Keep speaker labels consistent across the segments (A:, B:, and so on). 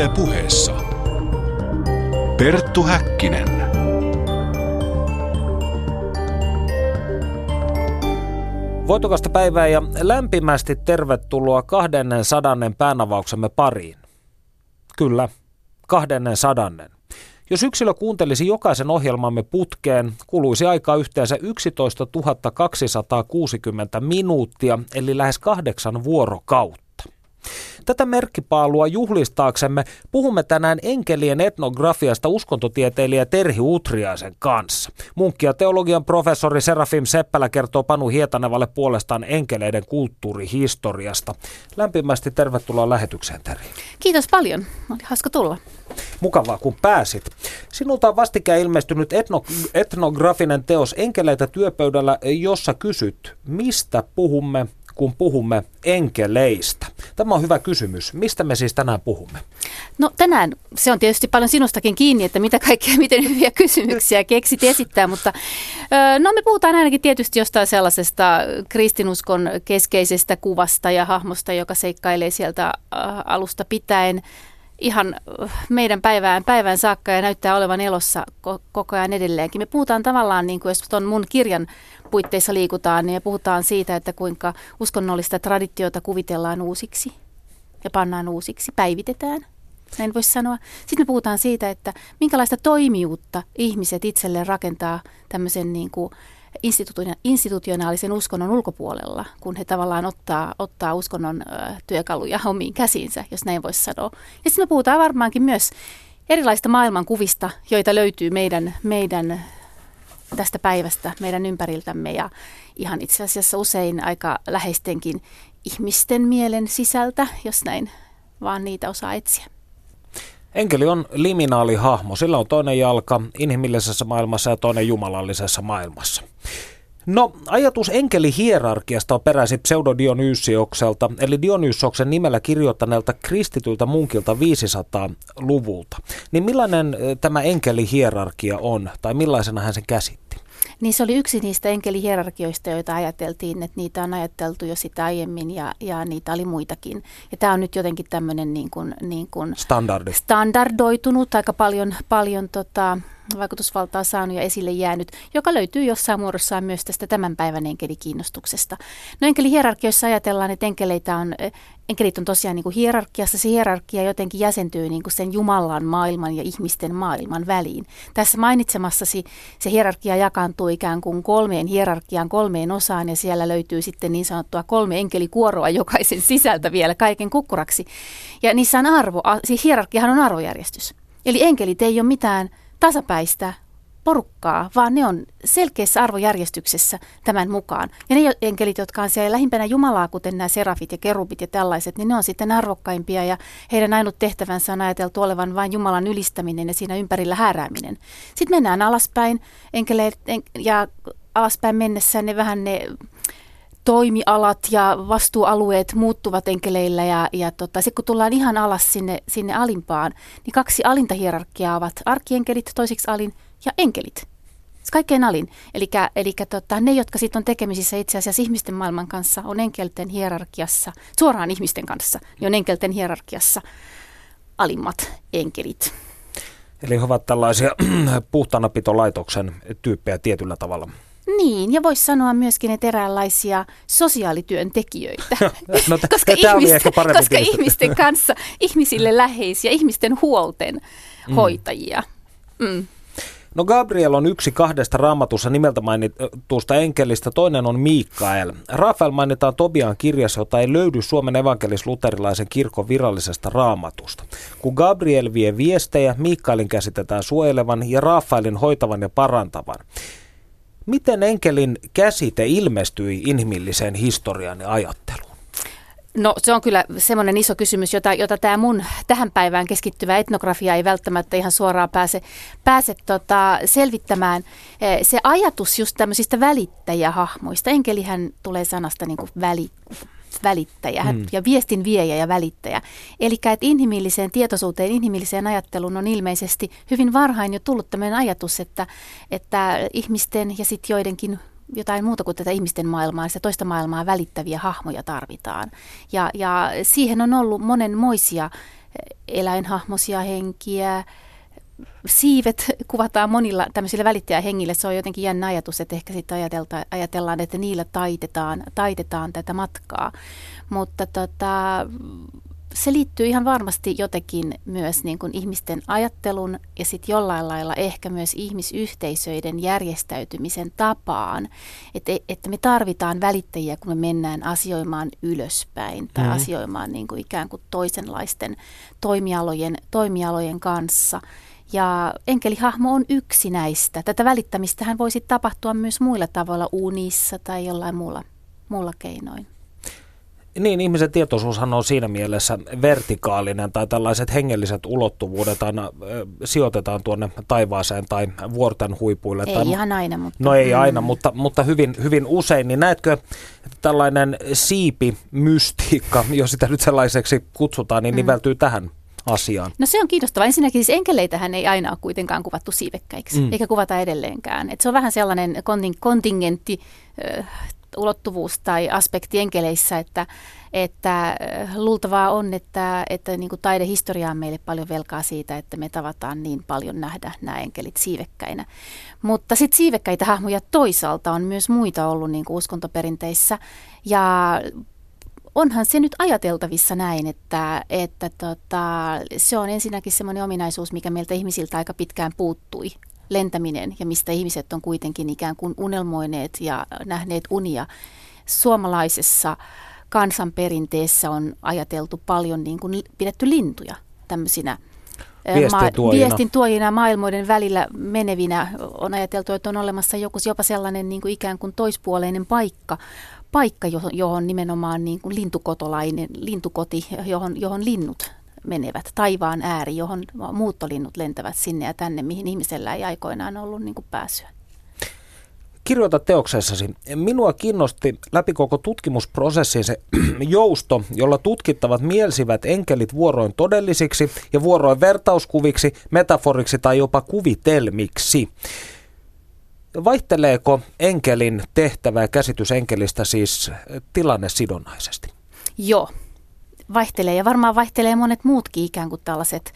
A: Yle Puheessa Perttu Häkkinen.
B: Voitokasta päivää ja lämpimästi tervetuloa 200. päänavauksemme pariin. Kyllä, 200. Jos yksilö kuuntelisi jokaisen ohjelmamme putkeen, kuluisi aikaa yhteensä 11 260 minuuttia, eli lähes 8 vuorokautta. Tätä merkkipaalua juhlistaaksemme puhumme tänään enkelien etnografiasta uskontotieteilijä Terhi Utriaisen kanssa. Munkki ja teologian professori Serafim Seppälä kertoo Panu Hietanevalle puolestaan enkeleiden kulttuurihistoriasta. Lämpimästi tervetuloa lähetykseen, Terhi.
C: Kiitos paljon. Oli hauska tulla.
B: Mukavaa, kun pääsit. Sinulta on vastikään ilmestynyt etnografinen teos Enkeleitä työpöydällä, jossa kysyt, mistä puhumme, kun puhumme enkeleistä. Tämä on hyvä kysymys. Mistä me siis tänään puhumme?
C: No tänään se on tietysti paljon sinustakin kiinni, että miten hyviä kysymyksiä keksit esittää, mutta me puhutaan ainakin tietysti jostain sellaisesta kristinuskon keskeisestä kuvasta ja hahmosta, joka seikkailee sieltä alusta pitäen ihan meidän päivään saakka ja näyttää olevan elossa koko ajan edelleenkin. Me puhutaan tavallaan, niin kuin jos tuon mun kirjan puitteissa liikutaan, niin puhutaan siitä, että kuinka uskonnollista traditiota kuvitellaan uusiksi ja pannaan uusiksi, päivitetään, näin voisi sanoa. Sitten me puhutaan siitä, että minkälaista toimijuutta ihmiset itselleen rakentaa tämmöisen niin kuin institutionaalisen uskonnon ulkopuolella, kun he tavallaan ottaa uskonnon työkaluja omiin käsiinsä, jos näin voisi sanoa. Ja sitten me puhutaan varmaankin myös erilaisista maailmankuvista, joita löytyy meidän tästä päivästä, meidän ympäriltämme ja ihan itse asiassa usein aika läheistenkin ihmisten mielen sisältä, jos näin vaan niitä osaa etsiä.
B: Enkeli on liminaalihahmo. Sillä on toinen jalka inhimillisessä maailmassa ja toinen jumalallisessa maailmassa. No, ajatus enkelihierarkiasta on peräisin pseudo-Dionyysiokselta, eli Dionysoksen nimellä kirjoittaneelta kristityltä munkilta 500-luvulta. Niin millainen tämä enkelihierarkia on, tai millaisena hän sen käsitti?
C: Niin se oli yksi niistä enkelihierarkioista, joita ajateltiin, että niitä on ajateltu jo sitä aiemmin ja niitä oli muitakin. Ja tämä on nyt jotenkin tämmöinen niin kuin standardoitunut, aika paljon vaikutusvaltaa saanut ja esille jäänyt, joka löytyy jossain muodossaan myös tästä tämän päivän enkelikiinnostuksesta. No enkelihierarkioissa ajatellaan, että enkelit on tosiaan niin kuin hierarkiassa. Se hierarkia jotenkin jäsentyy niin kuin sen Jumalan maailman ja ihmisten maailman väliin. Tässä mainitsemassasi se hierarkia jakaantuu ikään kuin 3 hierarkiaan, 3 osaan ja siellä löytyy sitten niin sanottua 3 enkelikuoroa jokaisen sisältä vielä kaiken kukkuraksi. Ja niissä on siis hierarkiahan on arvojärjestys. Eli enkelit ei ole mitään tasapäistä porukkaa, vaan ne on selkeässä arvojärjestyksessä tämän mukaan. Ja ne enkelit, jotka on siellä lähimpänä Jumalaa, kuten nämä serafit ja kerubit ja tällaiset, niin ne on sitten arvokkaimpia ja heidän ainut tehtävänsä on ajateltu olevan vain Jumalan ylistäminen ja siinä ympärillä häärääminen. Sitten mennään alaspäin ja alaspäin mennessä ne toimialat ja vastuualueet muuttuvat enkeleillä ja sitten kun tullaan ihan alas sinne alimpaan, niin 2 alinta hierarkiaa ovat arkkienkelit, toiseksi alin ja enkelit. Se kaikkein alin. Eli ne, jotka sitten on tekemisissä itse asiassa ihmisten maailman kanssa, on enkelten hierarkiassa, suoraan ihmisten kanssa, niin on enkelten hierarkiassa alimmat enkelit.
B: Eli he ovat tällaisia puhtaanapitolaitoksen tyyppejä tietyllä tavalla.
C: Niin, ja voisi sanoa myöskin, että eräänlaisia sosiaalityöntekijöitä, koska ihmisten kanssa, ihmisille läheisiä, ihmisten huolten hoitajia.
B: No Gabriel on yksi 2 Raamatussa nimeltä mainitusta enkelistä, toinen on Mikael. Rafael mainitaan Tobiaan kirjassa, jota ei löydy Suomen evankelis-luterilaisen kirkon virallisesta Raamatusta. Kun Gabriel vie viestejä, Mikaelin käsitetään suojelevan ja Rafaelin hoitavan ja parantavan. Miten enkelin käsite ilmestyi inhimilliseen historiaan ja ajatteluun?
C: No se on kyllä semmoinen iso kysymys, jota tämä mun tähän päivään keskittyvä etnografia ei välttämättä ihan suoraan pääse selvittämään. Se ajatus just tämmöisistä välittäjähahmoista, enkelihän tulee sanasta niin kuin välittäjä ja viestin viejä ja välittäjä. Eli että inhimilliseen tietoisuuteen, inhimilliseen ajatteluun on ilmeisesti hyvin varhain jo tullut tämmöinen ajatus, että ihmisten ja sitten joidenkin jotain muuta kuin tätä ihmisten maailmaa, sitä toista maailmaa välittäviä hahmoja tarvitaan. Ja siihen on ollut monenmoisia eläinhahmoisia henkiä. Siivet kuvataan monilla tämmöisillä välittäjähengillä. Se on jotenkin jännä ajatus, että ehkä sitten ajatellaan, että niillä taitetaan tätä matkaa. Mutta se liittyy ihan varmasti jotenkin myös niin kuin ihmisten ajattelun ja sitten jollain lailla ehkä myös ihmisyhteisöiden järjestäytymisen tapaan, että me tarvitaan välittäjiä, kun me mennään asioimaan ylöspäin tai asioimaan niin kuin ikään kuin toisenlaisten toimialojen kanssa. Ja enkelihahmo on yksi näistä. Tätä välittämistähän voisi tapahtua myös muilla tavoilla, unissa tai jollain muulla keinoin.
B: Niin, ihmisen tietoisuushan on siinä mielessä vertikaalinen tai tällaiset hengelliset ulottuvuudet aina sijoitetaan tuonne taivaaseen tai vuorten huipuille.
C: Ei ihan aina, mutta...
B: No ei aina, mutta hyvin, hyvin usein. Niin näetkö, että tällainen siipimystiikka, jos sitä nyt sellaiseksi kutsutaan, niin niveltyy tähän asiaan?
C: No se on kiinnostavaa. Ensinnäkin siis enkeleitähän ei aina ole kuitenkaan kuvattu siivekkäiksi, eikä kuvata edelleenkään. Et se on vähän sellainen kontingentti ulottuvuus tai aspekti enkeleissä, että luultavaa on, että niin kuin taidehistoria on meille paljon velkaa siitä, että me tavataan niin paljon nähdä nämä enkelit siivekkäinä. Mutta sitten siivekkäitä hahmoja toisaalta on myös muita ollut niin kuin uskontoperinteissä, ja onhan se nyt ajateltavissa näin, että se on ensinnäkin semmoinen ominaisuus, mikä meiltä ihmisiltä aika pitkään puuttui. Lentäminen ja mistä ihmiset on kuitenkin ikään kuin unelmoineet ja nähneet unia. Suomalaisessa kansanperinteessä on ajateltu paljon, niin kuin pidetty lintuja tämmöisinä viestintuojina maailmoiden välillä menevinä. On ajateltu, että on olemassa jopa sellainen niin kuin ikään kuin toispuoleinen paikka, johon nimenomaan niin kuin lintukoti, johon linnut menevät, taivaan ääri, johon muuttolinnut lentävät sinne ja tänne, mihin ihmisellä ei aikoinaan ollut niin kuin pääsyä.
B: Kirjoita teoksessasi. Minua kiinnosti läpi koko tutkimusprosessin se jousto, jolla tutkittavat mielsivät enkelit vuoroin todellisiksi ja vuoroin vertauskuviksi, metaforiksi tai jopa kuvitelmiksi. Vaihteleeko enkelin tehtävä ja käsitys enkelistä siis tilannesidonnaisesti? Joo.
C: Vaihtelee ja varmaan vaihtelee monet muutkin ikään kuin tällaiset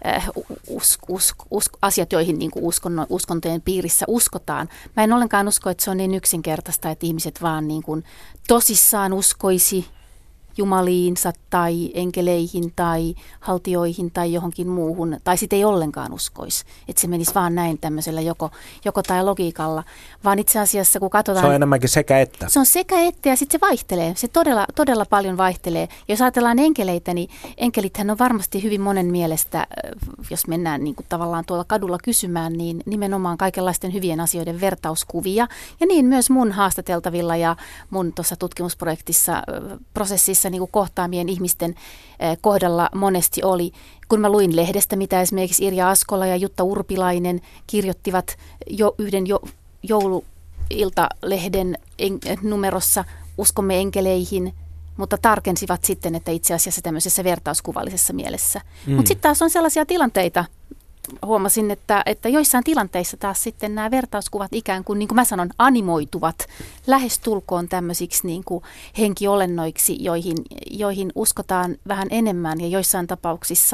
C: asiat, joihin niin kuin uskontojen piirissä uskotaan. Mä en ollenkaan usko, että se on niin yksinkertaista, että ihmiset vaan niin kuin tosissaan uskoisi jumaliinsa tai enkeleihin tai haltioihin tai johonkin muuhun, tai sitten ei ollenkaan uskoisi, että se menisi vaan näin tämmöisellä joko tai logiikalla, vaan itse asiassa kun katsotaan...
B: Se on enemmänkin sekä että.
C: Se on sekä että ja sitten se vaihtelee, se todella paljon vaihtelee. Jos ajatellaan enkeleitä, niin enkelithän on varmasti hyvin monen mielestä, jos mennään niin kuin tavallaan tuolla kadulla kysymään, niin nimenomaan kaikenlaisten hyvien asioiden vertauskuvia, ja niin myös mun haastateltavilla ja mun tuossa tutkimusprosessissa niin kuin kohtaamien ihmisten kohdalla monesti oli. Kun mä luin lehdestä, mitä esimerkiksi Irja Askola ja Jutta Urpilainen kirjoittivat yhden jouluiltalehden numerossa Uskomme enkeleihin, mutta tarkensivat sitten, että itse asiassa tämmöisessä vertauskuvallisessa mielessä. Mutta sitten taas on sellaisia tilanteita, huomasin, että joissain tilanteissa taas sitten nämä vertauskuvat ikään kuin mä sanon, animoituvat lähestulkoon tämmöisiksi niin kuin henkiolennoiksi, joihin uskotaan vähän enemmän, ja joissain tapauksissa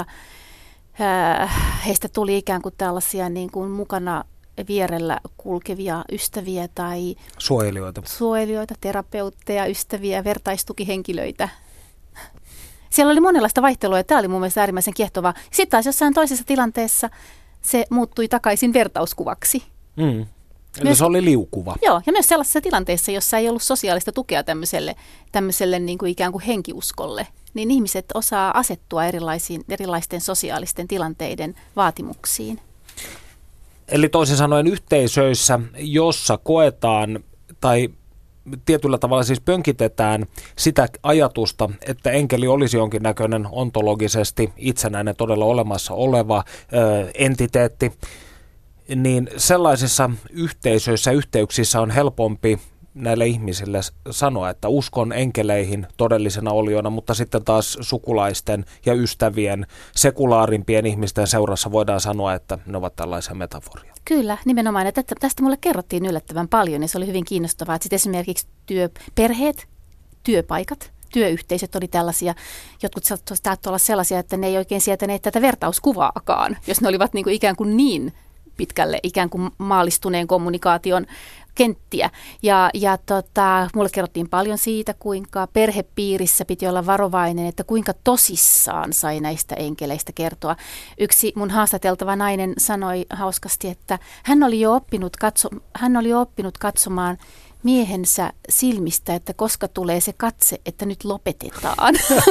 C: heistä tuli ikään kuin tällaisia niin kuin mukana vierellä kulkevia ystäviä tai suojelijoita, terapeutteja, ystäviä, vertaistukihenkilöitä. Siellä oli monenlaista vaihtelua ja tämä oli mun mielestä äärimmäisen kiehtovaa. Sitten taas jossain toisessa tilanteessa se muuttui takaisin vertauskuvaksi.
B: Eli se oli liukuva.
C: Joo, ja myös sellaisessa tilanteessa, jossa ei ollut sosiaalista tukea tämmöiselle niin kuin ikään kuin henkiuskolle, niin ihmiset osaa asettua erilaisten sosiaalisten tilanteiden vaatimuksiin.
B: Eli toisin sanoen yhteisöissä, jossa koetaan tai tietyllä tavalla siis pönkitetään sitä ajatusta, että enkeli olisi jonkinnäköinen ontologisesti itsenäinen, todella olemassa oleva entiteetti, niin sellaisissa yhteisöissä, yhteyksissä on helpompi näille ihmisille sanoa, että uskon enkeleihin todellisena olioina, mutta sitten taas sukulaisten ja ystävien, sekulaarimpien ihmisten seurassa voidaan sanoa, että ne ovat tällaisia metaforia.
C: Kyllä, nimenomaan. Että tästä mulle kerrottiin yllättävän paljon ja se oli hyvin kiinnostavaa, että sitten esimerkiksi perheet, työpaikat työyhteisöt oli tällaisia, jotkut saattoi olla sellaisia, että ne ei oikein sietäneet tätä vertauskuvaakaan, jos ne olivat ikään kuin niin pitkälle ikään kuin maallistuneen kommunikaation kenttiä. Mulle kerrottiin paljon siitä, kuinka perhepiirissä piti olla varovainen, että kuinka tosissaan sai näistä enkeleistä kertoa. Yksi mun haastateltava nainen sanoi hauskasti, että hän oli jo oppinut katsomaan miehensä silmistä, että koska tulee se katse, että nyt lopetetaan.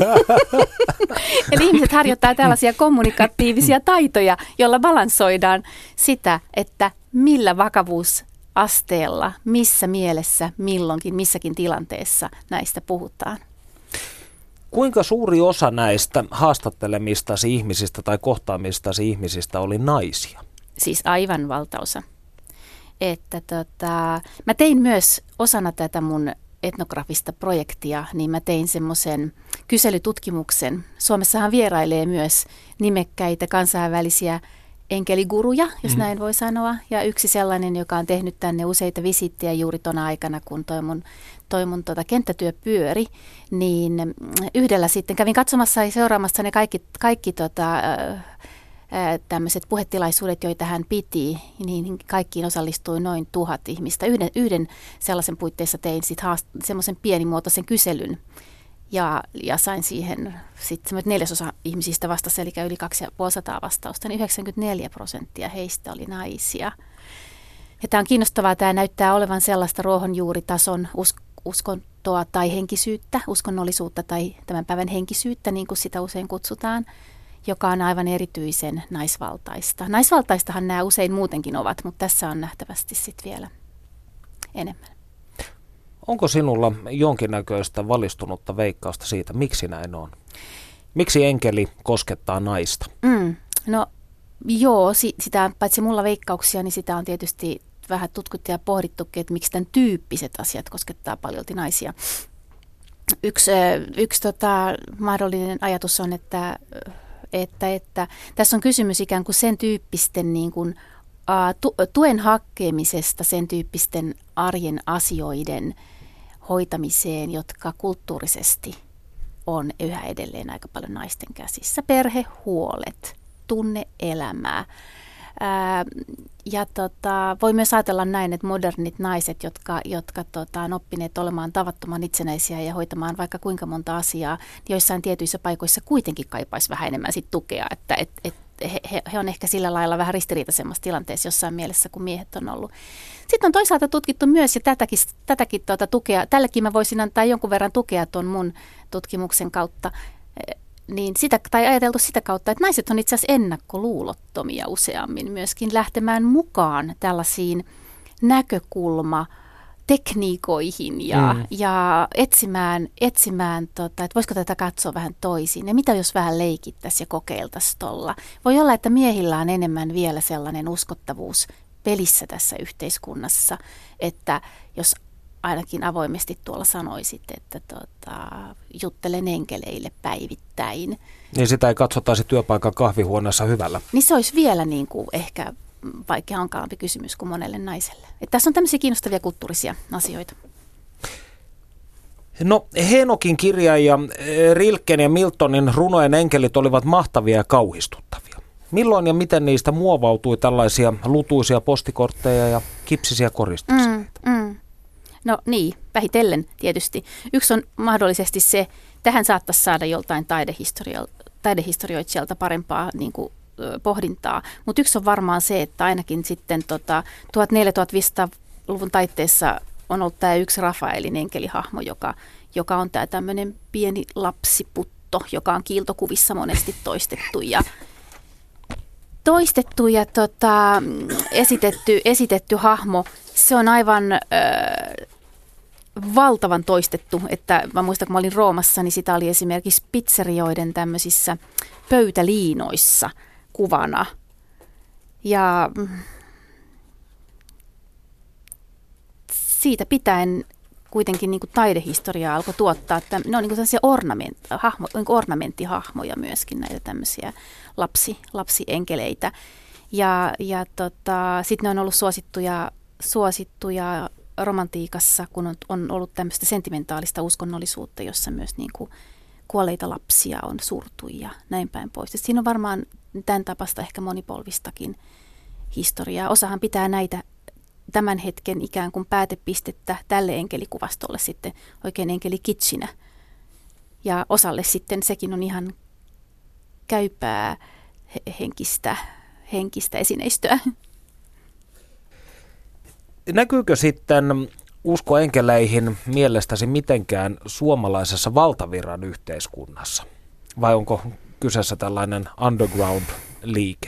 C: Eli ihmiset harjoittaa tällaisia kommunikatiivisia taitoja, joilla balansoidaan sitä, että millä vakavuusasteella, missä mielessä, milloinkin, missäkin tilanteessa näistä puhutaan.
B: Kuinka suuri osa näistä haastattelemistasi ihmisistä tai kohtaamistasi ihmisistä oli naisia?
C: Siis aivan valtaosa. Että mä tein myös osana tätä mun etnografista projektia, niin mä tein semmoisen kyselytutkimuksen. Suomessahan vierailee myös nimekkäitä kansainvälisiä enkeliguruja, jos näin voi sanoa. Ja yksi sellainen, joka on tehnyt tänne useita visittejä juuri tuona aikana, kun toi mun kenttätyö pyöri, niin yhdellä sitten kävin katsomassa ja seuraamassa ne kaikki tämmöiset puhetilaisuudet, joita hän piti, niin kaikkiin osallistui noin 1000 ihmistä. Yhden sellaisen puitteissa tein sitten semmoisen pienimuotoisen kyselyn ja sain siihen sitten 4% ihmisistä vastasi, eli yli 250 vastausta, niin 94% heistä oli naisia. Ja tämä on kiinnostavaa, tämä näyttää olevan sellaista ruohonjuuritason uskontoa tai henkisyyttä, uskonnollisuutta tai tämän päivän henkisyyttä, niin kuin sitä usein kutsutaan, joka on aivan erityisen naisvaltaista. Naisvaltaistahan nämä usein muutenkin ovat, mutta tässä on nähtävästi sitten vielä enemmän.
B: Onko sinulla jonkinnäköistä valistunutta veikkausta siitä, miksi näin on? Miksi enkeli koskettaa naista?
C: No joo, sitä paitsi mulla veikkauksia, niin sitä on tietysti vähän tutkittu ja pohdittukin, että miksi tämän tyyppiset asiat koskettaa paljolti naisia. Yksi mahdollinen ajatus on, että tässä on kysymys ikään kuin sen tyyppisten niin kuin, tuen hakemisesta, sen tyyppisten arjen asioiden hoitamiseen, jotka kulttuurisesti on yhä edelleen aika paljon naisten käsissä. Perhehuolet, tunne-elämää. Voi myös ajatella näin, että modernit naiset, jotka on oppineet olemaan tavattoman itsenäisiä ja hoitamaan vaikka kuinka monta asiaa, joissain tietyissä paikoissa kuitenkin kaipaisi vähän enemmän sit tukea, että he on ehkä sillä lailla vähän ristiriitaisemmassa tilanteessa jossain mielessä kuin miehet on ollut. Sitten on toisaalta tutkittu myös, ja tätäkin tukea, tällekin mä voisin antaa jonkun verran tukea tuon mun tutkimuksen kautta, tai ajateltu sitä kautta, että naiset on itse asiassa ennakkoluulottomia useammin myöskin lähtemään mukaan tällaisiin näkökulmatekniikoihin ja etsimään että voisiko tätä katsoa vähän toisin ja mitä jos vähän leikittäisiin ja kokeiltaisiin tuolla. Voi olla, että miehillä on enemmän vielä sellainen uskottavuus pelissä tässä yhteiskunnassa, että jos ainakin avoimesti tuolla sanoisit, että juttelen enkeleille päivittäin.
B: Niin sitä ei katsotaisi työpaikan kahvihuoneessa hyvällä.
C: Niin se olisi vielä niin kuin ehkä vaikea hankalampi kysymys kuin monelle naiselle. Että tässä on tämmöisiä kiinnostavia kulttuurisia asioita.
B: No Henokin kirja ja Rilken ja Miltonin runojen enkelit olivat mahtavia ja kauhistuttavia. Milloin ja miten niistä muovautui tällaisia lutuisia postikortteja ja kipsisiä koristuksia?
C: No niin, vähitellen tietysti. Yksi on mahdollisesti se, tähän saattaisi saada joltain taidehistorioitsijalta parempaa niin kuin, pohdintaa, mutta yksi on varmaan se, että ainakin sitten 1400-1500-luvun taitteessa on ollut tämä yksi Rafaelin enkelihahmo, joka on tämä tämmöinen pieni lapsiputto, joka on kiiltokuvissa monesti toistettu ja esitetty hahmo. Se on aivan valtavan toistettu, että mä muistan, kun mä olin Roomassa, niin sitä oli esimerkiksi pizzerioiden tämmöisissä pöytäliinoissa kuvana. Ja siitä pitäen kuitenkin niin kuin taidehistoria alkoi tuottaa, että ne on niin kuin sellaisia ornamenttihahmoja myöskin, näitä tämmöisiä lapsienkeleitä. Ja sitten ne on ollut suosittuja romantiikassa, kun on ollut tämmöistä sentimentaalista uskonnollisuutta, jossa myös niin kuin kuolleita lapsia on surtu ja näin päin pois. Et siinä on varmaan tämän tapasta ehkä monipolvistakin historiaa. Osahan pitää näitä tämän hetken ikään kuin päätepistettä tälle enkelikuvastolle sitten oikein enkelikitsinä. Ja osalle sitten sekin on ihan käypää henkistä esineistöä.
B: Näkyykö sitten usko enkeleihin mielestäsi mitenkään suomalaisessa valtavirran yhteiskunnassa? Vai onko kyseessä tällainen underground-liike?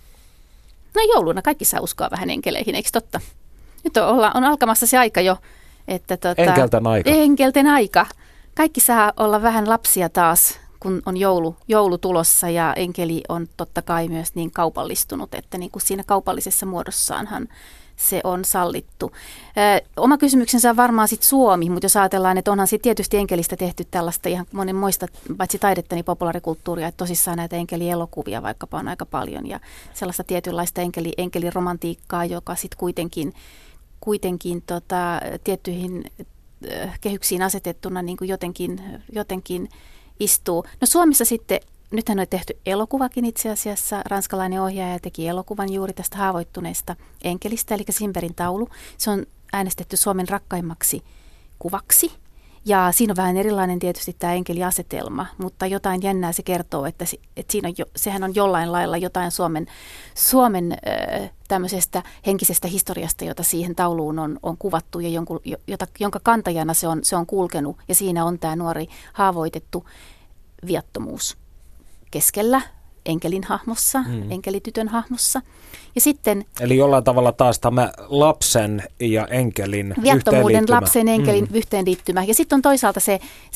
C: No jouluna kaikki saa uskoa vähän enkeleihin, eikö totta? Nyt on alkamassa se aika jo, että enkelten aika. Kaikki saa olla vähän lapsia taas, kun on joulu tulossa ja enkeli on totta kai myös niin kaupallistunut, että niin kuin siinä kaupallisessa muodossaanhan se on sallittu. Oma kysymyksensä on varmaan sitten Suomi, mutta jos ajatellaan, että onhan sitten tietysti enkelistä tehty tällaista ihan monenmoista, paitsi taidetta, niin populaarikulttuuria, että tosissaan näitä enkelielokuvia vaikkapa on aika paljon ja sellaista tietynlaista enkeliromantiikkaa, joka sitten kuitenkin tiettyihin kehyksiin asetettuna niin kuin jotenkin istuu. No Suomessa sitten, nythän on tehty elokuvakin itse asiassa. Ranskalainen ohjaaja teki elokuvan juuri tästä haavoittuneesta enkelistä, eli Simberin taulu. Se on äänestetty Suomen rakkaimmaksi kuvaksi. Ja siinä on vähän erilainen tietysti tämä enkeliasetelma, mutta jotain jännää se kertoo, että siinä on sehän on jollain lailla jotain Suomen tämmöisestä henkisestä historiasta, jota siihen tauluun on kuvattu ja jonka kantajana se on kulkenut. Ja siinä on tämä nuori haavoitettu viattomuus keskellä enkelin hahmossa, enkelitytön hahmossa. Ja sitten,
B: eli jollain tavalla taas tämä lapsen ja enkelin
C: viattomuuden lapsen enkelin yhteenliittymä. Ja sitten on toisaalta se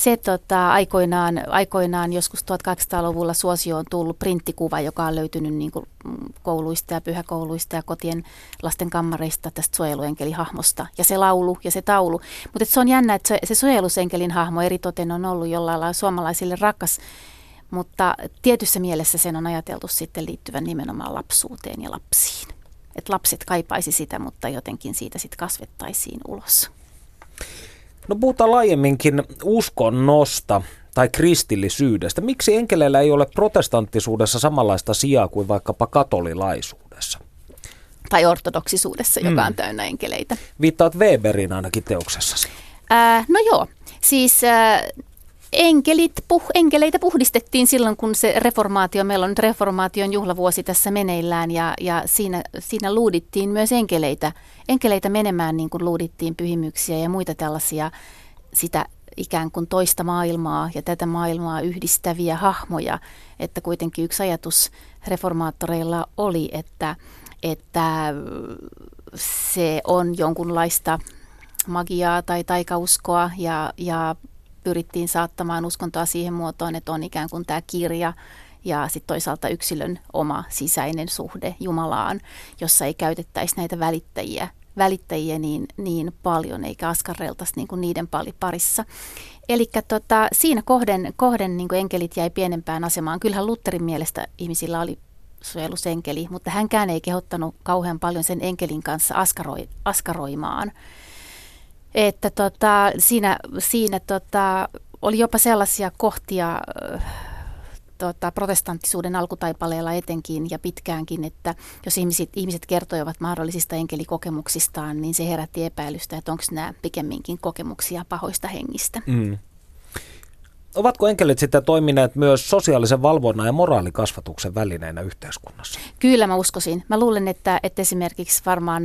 C: aikoinaan joskus 1800-luvulla suosioon tullut printtikuva, joka on löytynyt niin kuin kouluista ja pyhäkouluista ja kotien lasten kammareista tästä suojeluenkelihahmosta. Ja se laulu ja se taulu. Mutta se on jännä, että se suojelusenkelin hahmo eritoten on ollut jollain lailla suomalaisille rakas. Mutta tietyssä mielessä sen on ajateltu sitten liittyvän nimenomaan lapsuuteen ja lapsiin. Että lapset kaipaisi sitä, mutta jotenkin siitä sitten kasvettaisiin ulos.
B: No puhutaan laajemminkin uskonnosta tai kristillisyydestä. Miksi enkeleillä ei ole protestanttisuudessa samanlaista sijaa kuin vaikkapa katolilaisuudessa?
C: Tai ortodoksisuudessa, joka on täynnä enkeleitä.
B: Viittaat Weberin ainakin teoksessasi.
C: No joo, siis enkeleitä puhdistettiin silloin, kun se reformaatio, meillä on nyt reformaation juhlavuosi tässä meneillään ja siinä luudittiin myös enkeleitä menemään, niin kuin luudittiin pyhimyksiä ja muita tällaisia sitä ikään kuin toista maailmaa ja tätä maailmaa yhdistäviä hahmoja, että kuitenkin yksi ajatus reformaattoreilla oli, että se on jonkunlaista magiaa tai taikauskoa ja pyrittiin saattamaan uskontoa siihen muotoon, että on ikään kuin tämä kirja ja sitten toisaalta yksilön oma sisäinen suhde Jumalaan, jossa ei käytettäisi näitä välittäjiä niin paljon eikä askarreltaisi niin kuin niiden parissa. Eli siinä kohden niin kuin enkelit jäi pienempään asemaan. Kyllähän Lutherin mielestä ihmisillä oli suojelusenkeli, mutta hänkään ei kehottanut kauhean paljon sen enkelin kanssa askaroimaan. Että siinä oli jopa sellaisia kohtia protestanttisuuden alkutaipaleella etenkin ja pitkäänkin, että jos ihmiset kertoivat mahdollisista enkelikokemuksistaan, niin se herätti epäilystä, että onko nämä pikemminkin kokemuksia pahoista hengistä.
B: Ovatko enkelit sitten toimineet myös sosiaalisen valvonnan ja moraalikasvatuksen välineinä yhteiskunnassa?
C: Kyllä mä uskoisin. Mä luulen, että esimerkiksi varmaan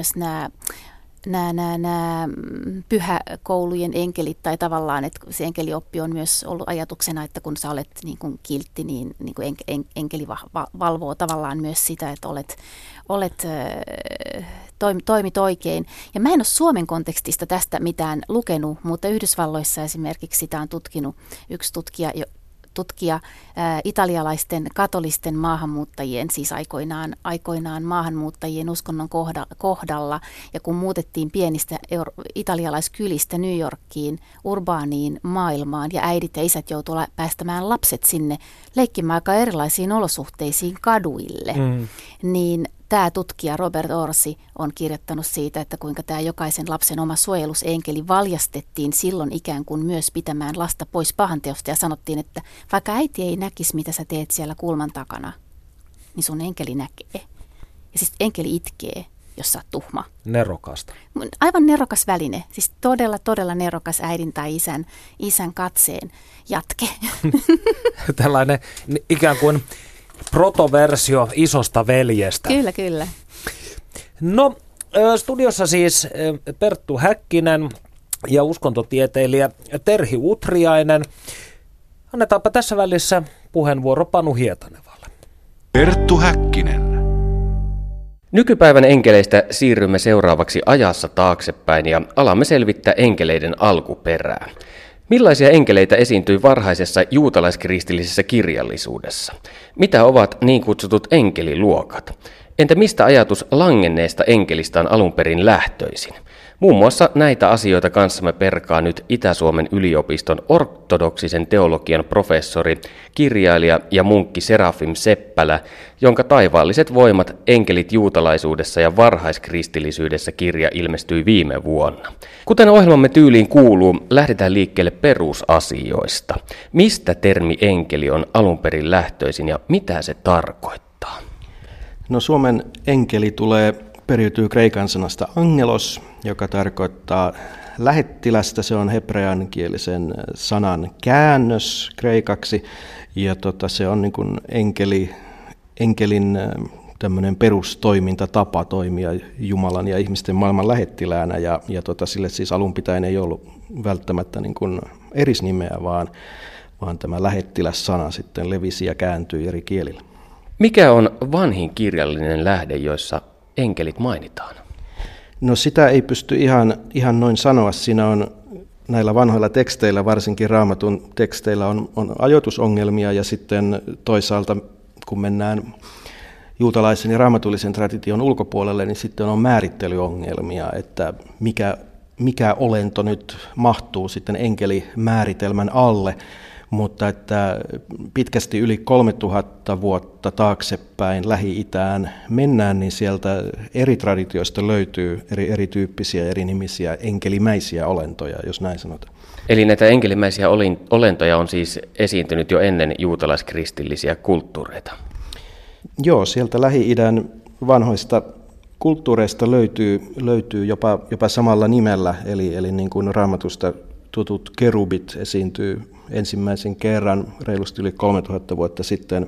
C: nämä pyhäkoulujen enkelit tai tavallaan, että se enkelioppi on myös ollut ajatuksena, että kun sä olet niin kuin kiltti, niin kuin enkeli valvoo tavallaan myös sitä, että toimit oikein. Ja mä en ole Suomen kontekstista tästä mitään lukenut, mutta Yhdysvalloissa esimerkiksi sitä on tutkinut yksi tutkija italialaisten katolisten maahanmuuttajien, siis aikoinaan maahanmuuttajien uskonnon kohdalla. Ja kun muutettiin pienistä italialaiskylistä New Yorkiin, urbaaniin maailmaan ja äidit ja isät joutuivat päästämään lapset sinne leikkimään aika erilaisiin olosuhteisiin kaduille, niin tämä tutkija Robert Orsi on kirjoittanut siitä, että kuinka tämä jokaisen lapsen oma suojelusenkeli valjastettiin silloin ikään kuin myös pitämään lasta pois pahanteosta ja sanottiin, että vaikka äiti ei näkisi, mitä sä teet siellä kulman takana, niin sun enkeli näkee. Ja siis enkeli itkee, jos sä oot tuhma.
B: Nerokasta.
C: Aivan nerokas väline, siis todella nerokas äidin tai isän katseen jatke.
B: Tällainen ikään kuin protoversio isosta veljestä.
C: Kyllä.
B: No, studiossa siis Perttu Häkkinen ja uskontotieteilijä Terhi Utriainen. Annetaanpa tässä välissä puheenvuoro Panu Hietanevalle.
A: Perttu Häkkinen.
D: Nykypäivän enkeleistä siirrymme seuraavaksi ajassa taaksepäin ja alamme selvittää enkeleiden alkuperää. Millaisia enkeleitä esiintyi varhaisessa juutalaiskristillisessä kirjallisuudessa? Mitä ovat niin kutsutut enkeliluokat? Entä mistä ajatus langenneesta enkelistä on alun perin lähtöisin? Muun muassa näitä asioita kanssamme perkaa nyt Itä-Suomen yliopiston ortodoksisen teologian professori, kirjailija ja munkki Serafim Seppälä, jonka Taivaalliset voimat, enkelit juutalaisuudessa ja varhaiskristillisyydessä -kirja ilmestyi viime vuonna. Kuten ohjelmamme tyyliin kuuluu, lähdetään liikkeelle perusasioista. Mistä termi enkeli on alun perin lähtöisin ja mitä se tarkoittaa?
E: No, Suomen enkeli periytyy kreikan sanasta angelos, joka tarkoittaa lähettilästä. Se on hebreankielisen sanan käännös kreikaksi, ja se on niin kuin enkelin tämmöinen perustoimintatapa toimia Jumalan ja ihmisten maailman lähettiläänä, ja sille siis alun pitäen ei ollut välttämättä niin kuin erisnimeä, vaan tämä lähettiläs-sana sitten levisi ja kääntyi eri kielillä.
D: Mikä on vanhin kirjallinen lähde, joissa enkelit mainitaan?
E: No, sitä ei pysty ihan noin sanoa. Siinä on näillä vanhoilla teksteillä, varsinkin Raamatun teksteillä, on ajoitusongelmia, ja sitten toisaalta kun mennään juutalaisen ja raamatullisen tradition ulkopuolelle, niin sitten on määrittelyongelmia, että mikä olento nyt mahtuu sitten enkelimääritelmän alle. Mutta että pitkästi yli 3000 vuotta taaksepäin Lähi-Itään mennään, niin sieltä eri traditioista löytyy erityyppisiä, erinimisiä enkelimäisiä olentoja, jos näin sanotaan.
D: Eli näitä enkelimäisiä olentoja on siis esiintynyt jo ennen juutalaiskristillisiä kulttuureita?
E: Joo, sieltä Lähi-idän vanhoista kulttuureista löytyy jopa samalla nimellä, eli niin kuin Raamatusta tutut kerubit esiintyy ensimmäisen kerran reilusti yli 3000 vuotta sitten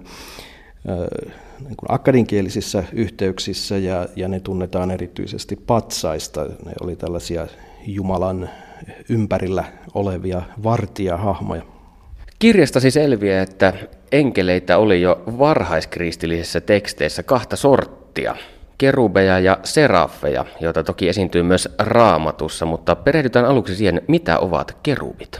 E: niin kuin akkadinkielisissä yhteyksissä, ja ne tunnetaan erityisesti patsaista. Ne oli tällaisia Jumalan ympärillä olevia vartijahahmoja.
D: Kirjastasi selviää, että enkeleitä oli jo varhaiskristillisessä teksteissä 2 sorttia. Kerubeja ja serafeja, joita toki esiintyy myös Raamatussa, mutta perehdytään aluksi siihen, mitä ovat kerubit.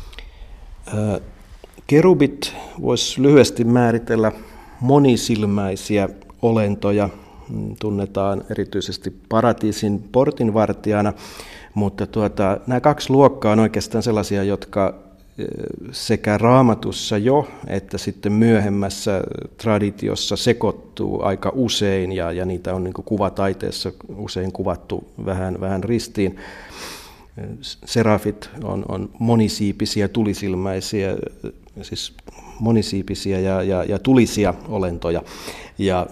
E: Kerubit voisi lyhyesti määritellä monisilmäisiä olentoja. Tunnetaan erityisesti paratiisin portinvartijana, mutta nämä 2 luokkaa on oikeastaan sellaisia, jotka sekä Raamatussa jo että sitten myöhemmässä traditiossa sekoittuu aika usein, ja niitä on niin kuin kuvataiteessa usein kuvattu vähän ristiin. Serafit on monisiipisiä, tulisilmäisiä, siis monisiipisiä ja tulisia olentoja, ja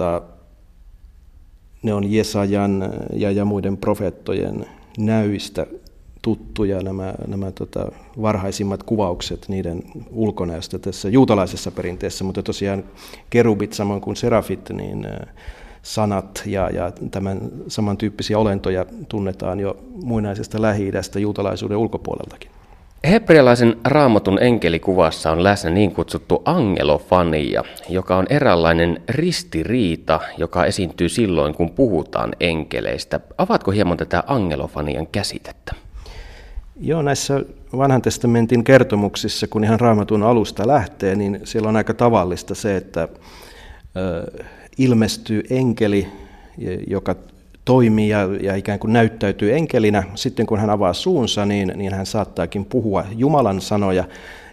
E: ne on Jesajan ja muiden profeettojen näyistä tuttuja nämä varhaisimmat kuvaukset niiden ulkonäöstä tässä juutalaisessa perinteessä, mutta tosiaan kerubit samoin kuin serafit, niin sanat ja tämän samantyyppisiä olentoja tunnetaan jo muinaisesta Lähi-idästä juutalaisuuden ulkopuoleltakin.
D: Hebrealaisen Raamatun enkelikuvassa on läsnä niin kutsuttu angelofania, joka on eräänlainen ristiriita, joka esiintyy silloin, kun puhutaan enkeleistä. Avaatko hieman tätä angelofanian käsitettä?
E: Joo, näissä vanhan testamentin kertomuksissa, kun ihan Raamatun alusta lähtee, niin siellä on aika tavallista se, että ilmestyy enkeli, joka toimii ja ikään kuin näyttäytyy enkelinä. Sitten kun hän avaa suunsa, niin hän saattaakin puhua Jumalan sanoja,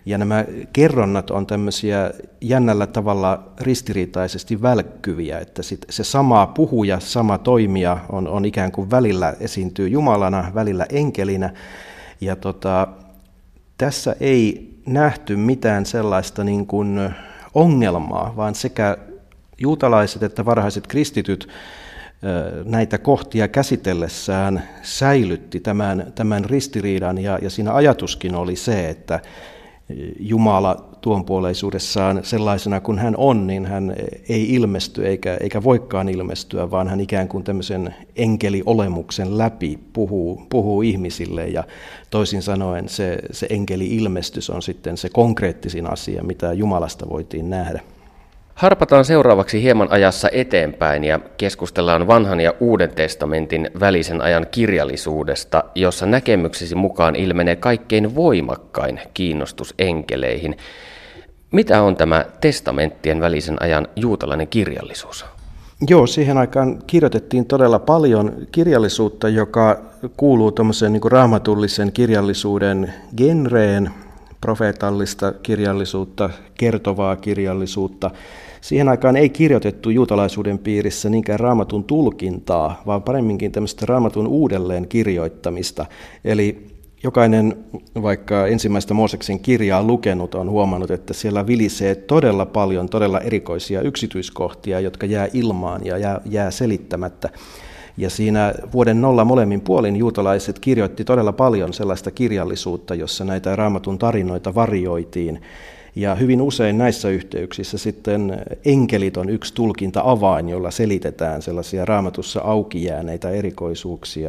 E: Ja nämä kerronnat on tämmöisiä jännällä tavalla ristiriitaisesti välkkyviä, että se sama puhuja, sama toimija on ikään kuin välillä esiintyy Jumalana, välillä enkelinä. Ja tässä ei nähty mitään sellaista niin kuin ongelmaa, vaan sekä juutalaiset että varhaiset kristityt näitä kohtia käsitellessään säilytti tämän ristiriidan, ja siinä ajatuskin oli se, että Jumala tuonpuoleisuudessaan sellaisena kuin hän on, niin hän ei ilmesty eikä voikaan ilmestyä, vaan hän ikään kuin tämmöisen enkeliolemuksen läpi puhuu ihmisille, ja toisin sanoen se enkeli-ilmestys on sitten se konkreettisin asia, mitä Jumalasta voitiin nähdä.
D: Harpataan seuraavaksi hieman ajassa eteenpäin ja keskustellaan vanhan ja uuden testamentin välisen ajan kirjallisuudesta, jossa näkemyksesi mukaan ilmenee kaikkein voimakkain kiinnostus enkeleihin. Mitä on tämä testamenttien välisen ajan juutalainen kirjallisuus?
E: Joo, siihen aikaan kirjoitettiin todella paljon kirjallisuutta, joka kuuluu tuommoisen niin kuin raamatullisen kirjallisuuden genreen, profeetallista kirjallisuutta, kertovaa kirjallisuutta. Siihen aikaan ei kirjoitettu juutalaisuuden piirissä niinkään raamatun tulkintaa, vaan paremminkin tämmöistä raamatun uudelleen kirjoittamista. Eli jokainen vaikka ensimmäistä Mooseksen kirjaa lukenut on huomannut, että siellä vilisee todella paljon todella erikoisia yksityiskohtia, jotka jää ilmaan ja jää selittämättä. Ja siinä vuoden 0 molemmin puolin juutalaiset kirjoitti todella paljon sellaista kirjallisuutta, jossa näitä raamatun tarinoita varioitiin. Ja hyvin usein näissä yhteyksissä sitten enkelit on yksi tulkinta-avain, jolla selitetään sellaisia raamatussa auki jääneitä erikoisuuksia.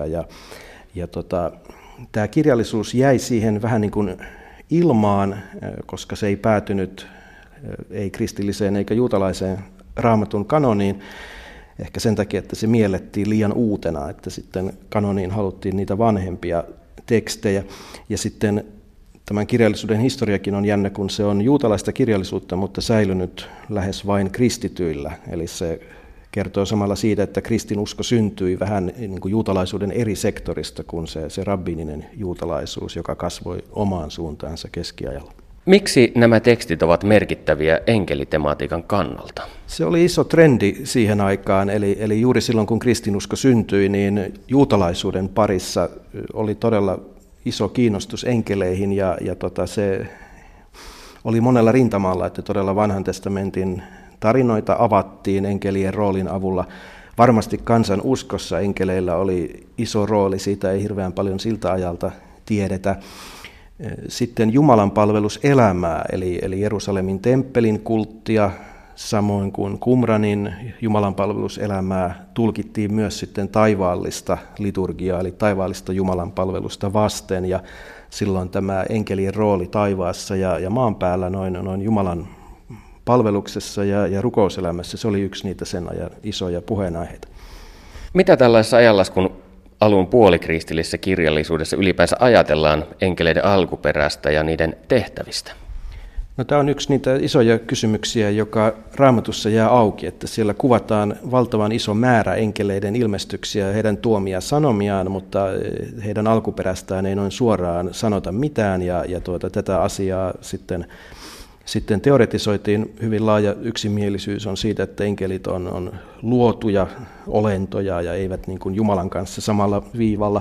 E: Tämä kirjallisuus jäi siihen vähän niin kuin ilmaan, koska se ei päätynyt ei kristilliseen eikä juutalaiseen raamatun kanoniin. Ehkä sen takia, että se miellettiin liian uutena, että sitten kanoniin haluttiin niitä vanhempia tekstejä. Ja sitten tämän kirjallisuuden historiakin on jännä, kun se on juutalaista kirjallisuutta, mutta säilynyt lähes vain kristityillä. Eli se kertoo samalla siitä, että kristinusko syntyi vähän niin kuin juutalaisuuden eri sektorista kuin se rabbiininen juutalaisuus, joka kasvoi omaan suuntaansa keskiajalla.
D: Miksi nämä tekstit ovat merkittäviä enkelitematiikan kannalta?
E: Se oli iso trendi siihen aikaan, eli juuri silloin kun kristinusko syntyi, niin juutalaisuuden parissa oli todella iso kiinnostus enkeleihin, ja se oli monella rintamalla, että todella vanhan testamentin tarinoita avattiin enkelien roolin avulla. Varmasti kansan uskossa enkeleillä oli iso rooli, siitä ei hirveän paljon siltä ajalta tiedetä. Sitten Jumalan palveluselämää, eli Jerusalemin temppelin kulttia, samoin kuin Qumranin Jumalan palveluselämää, tulkittiin myös sitten taivaallista liturgiaa, eli taivaallista Jumalan palvelusta vasten, ja silloin tämä enkelien rooli taivaassa ja maan päällä noin Jumalan palveluksessa ja rukouselämässä, se oli yksi niitä sen ajan isoja puheenaiheita.
D: Mitä tällaisessa ajanlaskun alun puolikristillisessä kirjallisuudessa ylipäänsä ajatellaan enkeleiden alkuperästä ja niiden tehtävistä?
E: No, tämä on yksi niitä isoja kysymyksiä, joka Raamatussa jää auki, että siellä kuvataan valtavan iso määrä enkeleiden ilmestyksiä ja heidän tuomia sanomiaan, mutta heidän alkuperästään ei noin suoraan sanota mitään, ja tätä asiaa sitten teoretisoitiin. Hyvin laaja yksimielisyys on siitä, että enkelit on luotuja olentoja ja eivät niin kuin Jumalan kanssa samalla viivalla,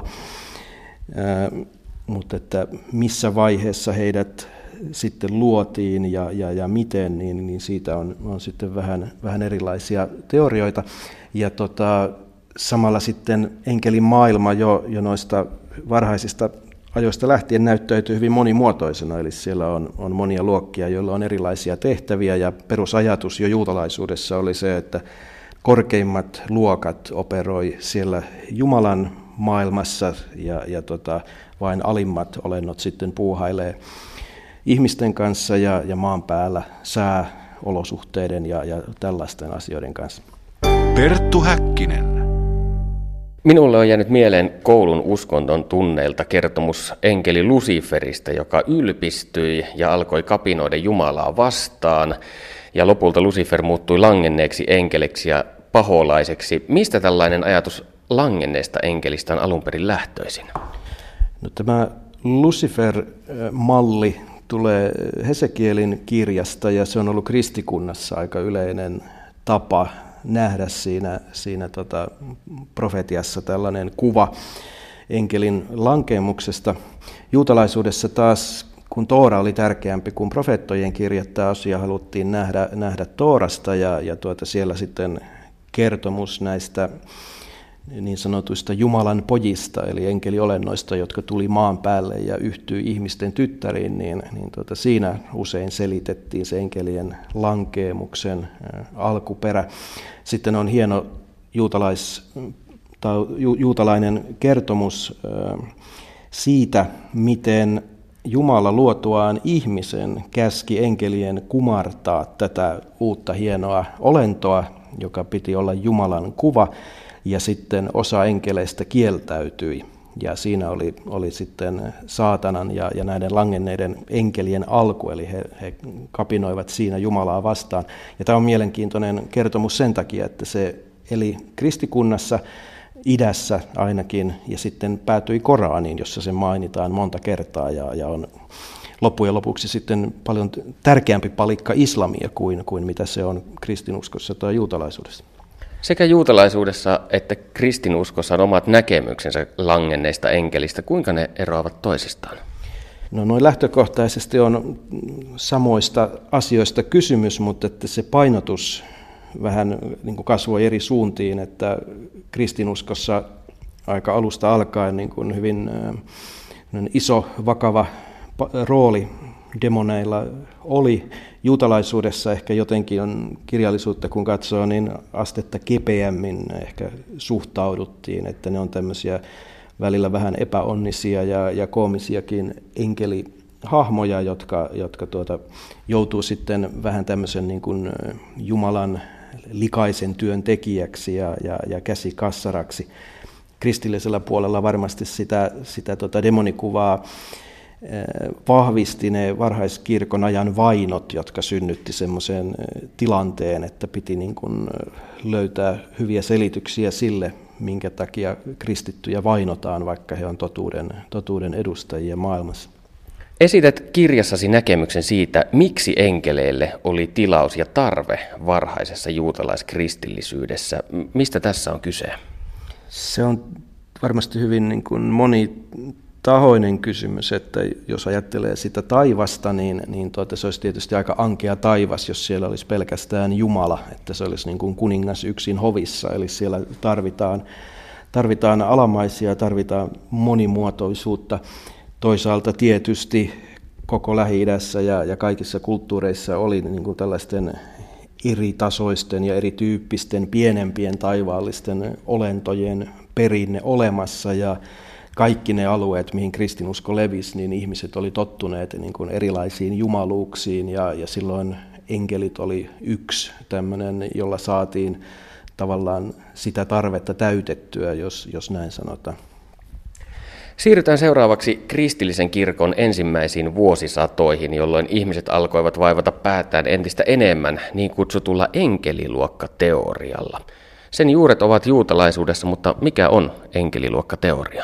E: mutta että missä vaiheessa heidät sitten luotiin ja miten, niin siitä on sitten vähän erilaisia teorioita. Ja samalla sitten enkelin maailma jo noista varhaisista ajoista lähtien näyttäytyy hyvin monimuotoisena, eli siellä on monia luokkia, joilla on erilaisia tehtäviä, ja perusajatus jo juutalaisuudessa oli se, että korkeimmat luokat operoi siellä Jumalan maailmassa, ja vain alimmat olennot sitten puuhailee ihmisten kanssa ja maan päällä sääolosuhteiden ja tällaisten asioiden kanssa.
A: Perttu Häkkinen.
D: Minulle on jäänyt mieleen koulun uskonton tunneilta kertomus enkeli Luciferista, joka ylpistyi ja alkoi kapinoida Jumalaa vastaan. Ja lopulta Lucifer muuttui langenneeksi enkeliksi ja paholaiseksi. Mistä tällainen ajatus langenneesta enkelistä on alun perin lähtöisin?
E: No, tämä Lucifer-malli tulee Hesekielin kirjasta ja se on ollut kristikunnassa aika yleinen tapa nähdä siinä profetiassa tällainen kuva enkelin lankeemuksesta. Juutalaisuudessa taas, kun Toora oli tärkeämpi kuin profeettojen kirjat, tämä asia haluttiin nähdä Toorasta ja siellä sitten kertomus näistä niin sanotuista Jumalan pojista, eli enkeliolennoista, jotka tuli maan päälle ja yhtyi ihmisten tyttäriin, niin siinä usein selitettiin se enkelien lankeemuksen alkuperä. Sitten on hieno juutalainen kertomus siitä, miten Jumala luotuaan ihmisen käski enkelien kumartaa tätä uutta hienoa olentoa, joka piti olla Jumalan kuva, ja sitten osa enkeleistä kieltäytyi. Ja siinä oli sitten saatanan ja näiden langenneiden enkelien alku, eli he kapinoivat siinä Jumalaa vastaan. Ja tämä on mielenkiintoinen kertomus sen takia, että se eli kristikunnassa, idässä ainakin, ja sitten päätyi Koraaniin, jossa se mainitaan monta kertaa, ja on loppujen lopuksi sitten paljon tärkeämpi palikka islamia kuin mitä se on kristinuskossa tai juutalaisuudessa.
D: Sekä juutalaisuudessa että kristinuskossa on omat näkemyksensä langenneista enkelistä. Kuinka ne eroavat toisistaan?
E: No noin lähtökohtaisesti on samoista asioista kysymys, mutta että se painotus vähän niin kuin kasvoi eri suuntiin, että kristinuskossa aika alusta alkaen niin kuin hyvin iso, vakava rooli demoneilla oli. Juutalaisuudessa ehkä jotenkin on kirjallisuutta, kun katsoo, niin astetta kepeämmin ehkä suhtauduttiin, että ne on tämmöisiä välillä vähän epäonnisia ja koomisiakin enkelihahmoja, jotka joutuu sitten vähän tämmöisen niin kuin Jumalan likaisen työn tekijäksi ja käsikassaraksi. Kristillisellä puolella varmasti sitä demonikuvaa vahvisti ne varhaiskirkon ajan vainot, jotka synnytti semmoisen tilanteen, että piti niin kuin löytää hyviä selityksiä sille, minkä takia kristittyjä vainotaan, vaikka he on totuuden edustajia maailmassa.
D: Esität kirjassasi näkemyksen siitä, miksi enkeleille oli tilaus ja tarve varhaisessa juutalaiskristillisyydessä. Mistä tässä on kyse?
E: Se on varmasti hyvin niin kuin monitahoinen kysymys, että jos ajattelee sitä taivasta, niin se olisi tietysti aika ankea taivas, jos siellä olisi pelkästään Jumala, että se olisi niin kuin kuningas yksin hovissa, eli siellä tarvitaan alamaisia, tarvitaan monimuotoisuutta. Toisaalta tietysti koko Lähi-idässä ja kaikissa kulttuureissa oli niin kuin tällaisten eri tasoisten ja erityyppisten pienempien taivaallisten olentojen perinne olemassa, ja kaikki ne alueet, mihin kristinusko levisi, niin ihmiset oli tottuneet niin kuin erilaisiin jumaluuksiin, ja silloin enkelit oli yksi tämmöinen, jolla saatiin tavallaan sitä tarvetta täytettyä, jos näin sanotaan.
D: Siirrytään seuraavaksi kristillisen kirkon ensimmäisiin vuosisatoihin, jolloin ihmiset alkoivat vaivata päätään entistä enemmän niin kutsutulla enkeliluokkateorialla. Sen juuret ovat juutalaisuudessa, mutta mikä on enkeliluokkateoria?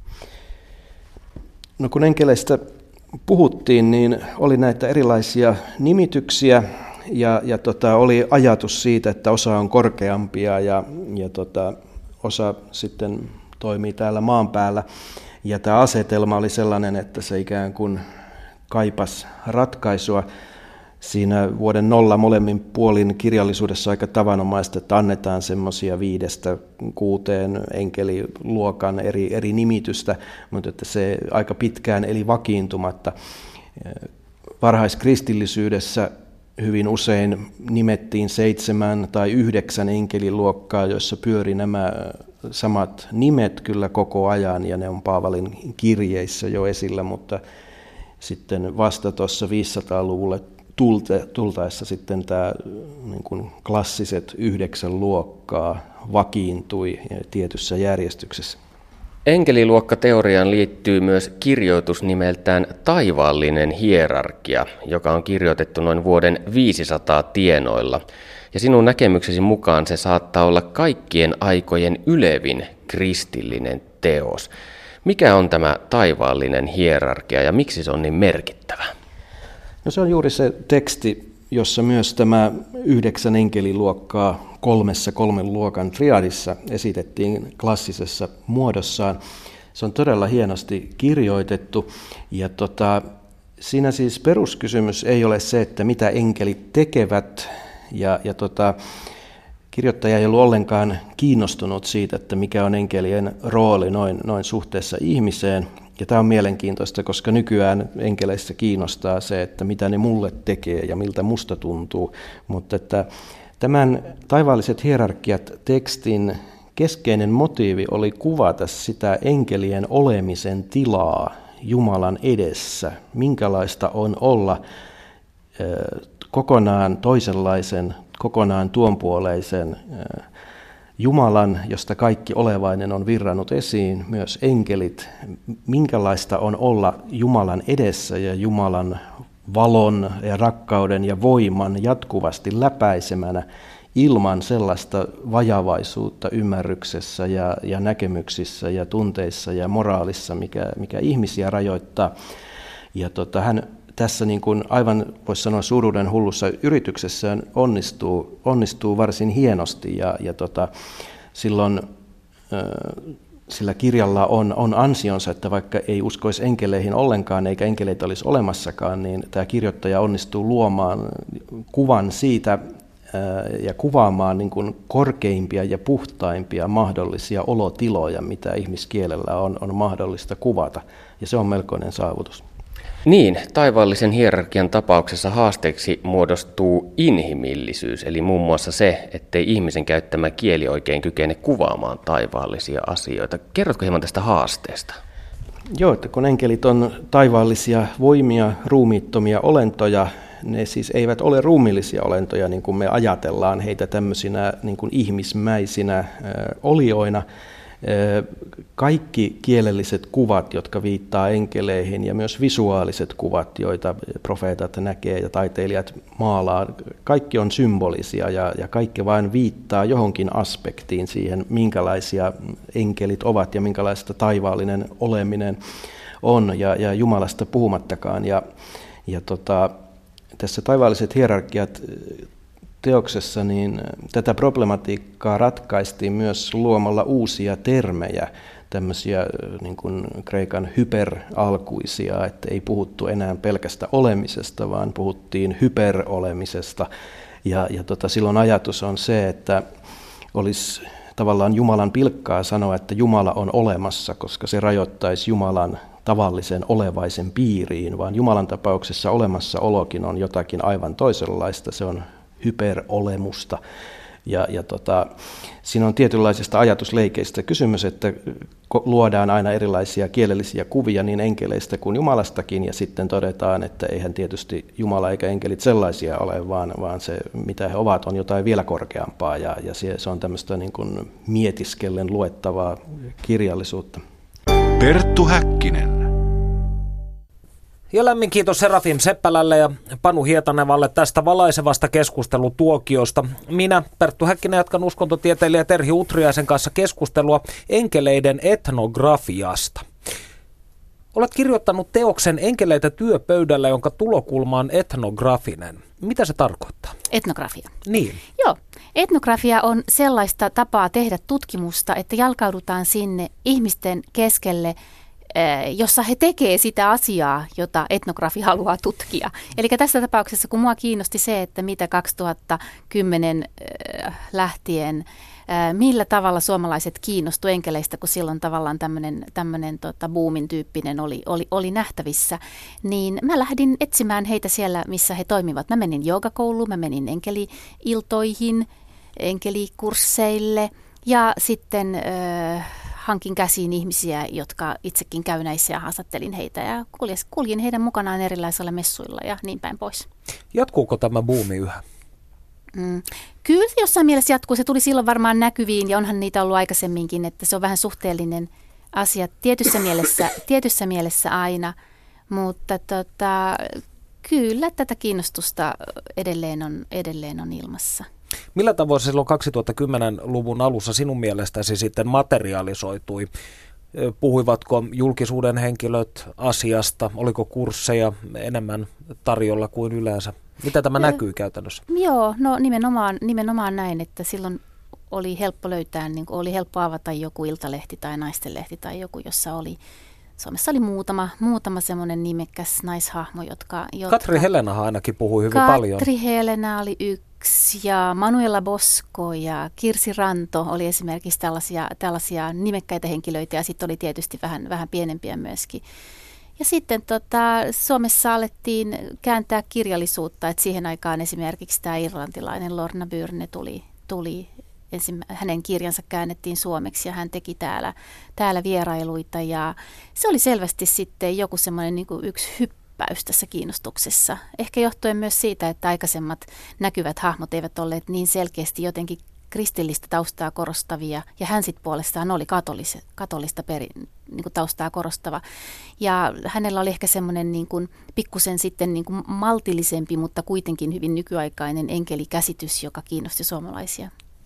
E: No kun enkeleistä puhuttiin, niin oli näitä erilaisia nimityksiä ja oli ajatus siitä, että osa on korkeampia ja osa sitten toimii täällä maan päällä. Ja tämä asetelma oli sellainen, että se ikään kuin kaipasi ratkaisua. Siinä vuoden 0 molemmin puolin kirjallisuudessa aika tavanomaista, että annetaan semmoisia 5-6 enkeliluokan eri nimitystä, mutta että se aika pitkään eli vakiintumatta. Varhaiskristillisyydessä hyvin usein nimettiin 7 tai 9 enkeliluokkaa, joissa pyöri nämä samat nimet kyllä koko ajan, ja ne on Paavalin kirjeissä jo esillä, mutta sitten vasta tuossa 500-luvulle tultaessa sitten tämä niin kuin klassiset 9 luokkaa vakiintui tietyssä järjestyksessä.
D: Enkeliluokkateoriaan liittyy myös kirjoitus nimeltään taivaallinen hierarkia, joka on kirjoitettu noin vuoden 500 tienoilla. Ja sinun näkemyksesi mukaan se saattaa olla kaikkien aikojen ylevin kristillinen teos. Mikä on tämä taivaallinen hierarkia ja miksi se on niin merkittävä?
E: No se on juuri se teksti, jossa myös tämä 9 enkeliluokkaa 3 luokan triadissa esitettiin klassisessa muodossaan. Se on todella hienosti kirjoitettu ja siinä siis peruskysymys ei ole se, että mitä enkelit tekevät kirjoittaja ei ollut ollenkaan kiinnostunut siitä, että mikä on enkelien rooli noin suhteessa ihmiseen. Ja tämä on mielenkiintoista, koska nykyään enkeleissä kiinnostaa se, että mitä ne mulle tekee ja miltä musta tuntuu. Mutta että tämän taivaalliset hierarkiat tekstin keskeinen motiivi oli kuvata sitä enkelien olemisen tilaa Jumalan edessä. Minkälaista on olla kokonaan toisenlaisen, kokonaan tuonpuoleisen Jumalan, josta kaikki olevainen on virrannut esiin, myös enkelit. Minkälaista on olla Jumalan edessä ja Jumalan valon ja rakkauden ja voiman jatkuvasti läpäisemänä ilman sellaista vajavaisuutta ymmärryksessä ja näkemyksissä ja tunteissa ja moraalissa, mikä ihmisiä rajoittaa. Ja hän tässä niin kuin aivan voisi sanoa suuruuden hullussa yrityksessään onnistuu varsin hienosti ja silloin sillä kirjalla on ansionsa, että vaikka ei uskoisi enkeleihin ollenkaan eikä enkeleitä olisi olemassakaan, niin tämä kirjoittaja onnistuu luomaan kuvan siitä ja kuvaamaan niin kuin korkeimpia ja puhtaimpia mahdollisia olotiloja, mitä ihmiskielellä on mahdollista kuvata, ja se on melkoinen saavutus.
D: Niin, taivaallisen hierarkian tapauksessa haasteeksi muodostuu inhimillisyys, eli muun muassa se, ettei ihmisen käyttämä kieli oikein kykene kuvaamaan taivaallisia asioita. Kerrotko hieman tästä haasteesta?
E: Joo, että kun enkelit on taivaallisia voimia, ruumiittomia olentoja, ne siis eivät ole ruumiillisia olentoja, niin kuin me ajatellaan heitä tämmöisinä niin kuin ihmismäisinä olioina. Kaikki kielelliset kuvat, jotka viittaa enkeleihin, ja myös visuaaliset kuvat, joita profeetat näkee ja taiteilijat maalaa, kaikki on symbolisia ja kaikki vain viittaa johonkin aspektiin siihen, minkälaisia enkelit ovat ja minkälaista taivaallinen oleminen on, ja Jumalasta puhumattakaan. Tässä taivaalliset hierarkiat teoksessa, niin tätä problematiikkaa ratkaistiin myös luomalla uusia termejä, tämmöisiä niin kuin kreikan hyperalkuisia, että ei puhuttu enää pelkästä olemisesta, vaan puhuttiin hyperolemisesta. Silloin ajatus on se, että olisi tavallaan Jumalan pilkkaa sanoa, että Jumala on olemassa, koska se rajoittaisi Jumalan tavallisen olevaisen piiriin, vaan Jumalan tapauksessa olemassaolokin on jotakin aivan toisenlaista, se on hyperolemusta. Siinä on tietynlaisesta ajatusleikeistä kysymys, että luodaan aina erilaisia kielellisiä kuvia niin enkeleistä kuin Jumalastakin, ja sitten todetaan, että eihän tietysti Jumala eikä enkelit sellaisia ole, vaan se mitä he ovat on jotain vielä korkeampaa, ja se on tämmöistä niin kuin mietiskellen luettavaa kirjallisuutta.
A: Perttu Häkkinen.
B: Ja lämmin kiitos Serafim Seppälälle ja Panu Hietanevalle tästä valaisevasta keskustelutuokiosta. Minä, Perttu Häkkinen, jatkan uskontotieteilijä Terhi Utriaisen kanssa keskustelua enkeleiden etnografiasta. Olet kirjoittanut teoksen Enkeleitä työpöydällä, jonka tulokulma on etnografinen. Mitä se tarkoittaa?
C: Etnografia.
B: Niin.
C: Joo. Etnografia on sellaista tapaa tehdä tutkimusta, että jalkaudutaan sinne ihmisten keskelle, jossa he tekevät sitä asiaa, jota etnografi haluaa tutkia. Eli tässä tapauksessa, kun mua kiinnosti se, että mitä 2010 lähtien, millä tavalla suomalaiset kiinnostu enkeleistä, kun silloin tavallaan tämmöinen boomin tyyppinen oli nähtävissä, niin mä lähdin etsimään heitä siellä, missä he toimivat. Mä menin joogakouluun, mä menin enkeli-iltoihin, enkelikursseille ja sitten hankin käsiin ihmisiä, jotka itsekin käy näissä ja haastattelin heitä ja kuljin heidän mukanaan erilaisilla messuilla ja niin päin pois.
B: Jatkuuko tämä buumi yhä?
C: Kyllä jossain mielessä jatkuu. Se tuli silloin varmaan näkyviin ja onhan niitä ollut aikaisemminkin, että se on vähän suhteellinen asia tietyssä mielessä aina, mutta kyllä tätä kiinnostusta edelleen on ilmassa.
B: Millä tavoin silloin 2010-luvun alussa sinun mielestäsi sitten materialisoitui Puhuivatko julkisuuden henkilöt asiasta? Oliko kursseja enemmän tarjolla kuin yleensä? Mitä tämä näkyy käytännössä?
C: Joo, no nimenomaan näin, että silloin oli helppo löytää, niin kuin oli helppo avata joku iltalehti tai naistenlehti tai joku, jossa oli, Suomessa oli muutama semmoinen nimekäs naishahmo, jotka
B: Katri Helenahan ainakin puhui hyvin paljon. Katri
C: Helena oli yksi ja Manuela Bosco ja Kirsi Ranto oli esimerkiksi tällaisia nimekkäitä henkilöitä ja sitten oli tietysti vähän pienempiä myöskin. Ja sitten Suomessa alettiin kääntää kirjallisuutta, että siihen aikaan esimerkiksi tämä irlantilainen Lorna Byrne tuli hänen kirjansa käännettiin suomeksi ja hän teki täällä vierailuita ja se oli selvästi sitten joku semmoinen niin kuin yksi hyppäys tässä kiinnostuksessa. Ehkä johtuen myös siitä, että aikaisemmat näkyvät hahmot eivät olleet niin selkeästi jotenkin kristillistä taustaa korostavia ja hän sitten puolestaan oli katolista niin kuin taustaa korostava. Ja hänellä oli ehkä semmoinen niin kuin pikkusen sitten niin kuin maltillisempi, mutta kuitenkin hyvin nykyaikainen enkelikäsitys, joka kiinnosti suomalaisia.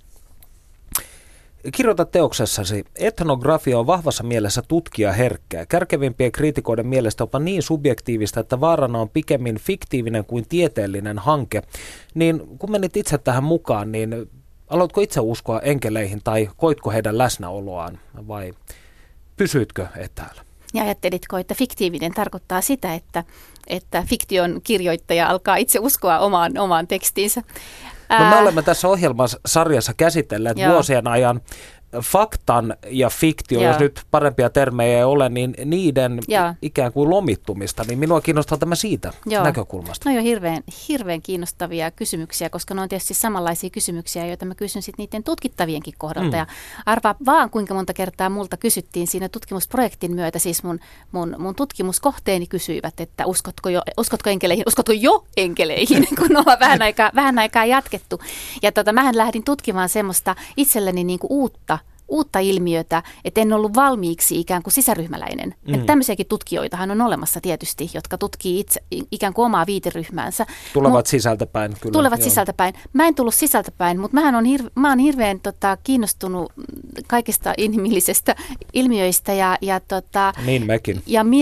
B: Kirjoitat teoksessasi, etnografia on vahvassa mielessä tutkijaherkkää. Kärkevimpien kriitikoiden mielestä jopa niin subjektiivista, että vaarana on pikemmin fiktiivinen kuin tieteellinen hanke. Niin kun menit itse tähän mukaan, niin aloitko itse uskoa enkeleihin tai koitko heidän läsnäoloaan vai pysyitkö etäällä?
C: Ja ajattelitko, että fiktiivinen tarkoittaa sitä, että fiktion kirjoittaja alkaa itse uskoa omaan tekstiinsä?
B: No me olemme tässä ohjelmasarjassa käsitelleet vuosien ajan faktan ja fiktion, jos nyt parempia termejä ei ole, niin niiden ikään kuin lomittumista, niin minua kiinnostaa tämä siitä näkökulmasta.
C: No jo hirveän kiinnostavia kysymyksiä, koska ne on tietysti samanlaisia kysymyksiä, joita mä kysyn sitten niiden tutkittavienkin kohdalta. Ja arvaa vaan, kuinka monta kertaa multa kysyttiin siinä tutkimusprojektin myötä, siis mun tutkimuskohteeni kysyivät, että uskotko enkeleihin, uskotko jo enkeleihin, kun ollaan vähän aikaa jatkettu. Ja mähän lähdin tutkimaan semmoista itselleni niin kuin uutta ilmiötä, että en ollut valmiiksi ikään kuin sisäryhmäläinen. Että tämmöisiäkin tutkijoitahan on olemassa tietysti, jotka tutkii itse ikään kuin omaa viiteryhmäänsä.
B: Tulevat sisältäpäin. Kyllä.
C: Tulevat sisältäpäin. Mä en tullut sisältäpäin, mutta mä oon hirveän kiinnostunut kaikista inhimillisistä ilmiöistä
B: niin mekin.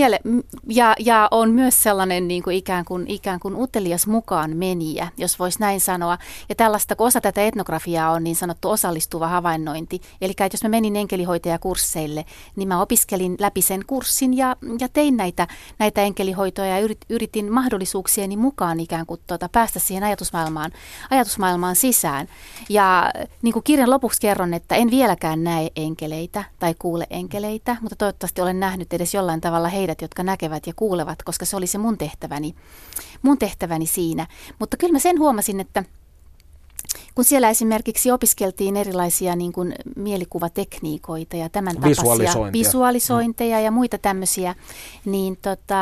C: Ja on myös sellainen niin kuin ikään kuin utelias mukaan menijä, jos voisi näin sanoa. Ja tällaista, kun osa tätä etnografiaa on niin sanottu osallistuva havainnointi. Eli jos mä menin enkelihoitajakursseille, niin mä opiskelin läpi sen kurssin ja tein näitä enkelihoitoja ja yritin mahdollisuuksieni mukaan ikään kuin päästä siihen ajatusmaailmaan sisään. Ja niin kuin kirjan lopuksi kerron, että en vieläkään näe enkeleitä tai kuule enkeleitä, mutta toivottavasti olen nähnyt edes jollain tavalla heidät, jotka näkevät ja kuulevat, koska se oli se mun tehtäväni siinä. Mutta kyllä mä sen huomasin, että kun siellä esimerkiksi opiskeltiin erilaisia niin kuin mielikuvatekniikoita ja tämän tapaisia visualisointeja ja muita tämmöisiä, niin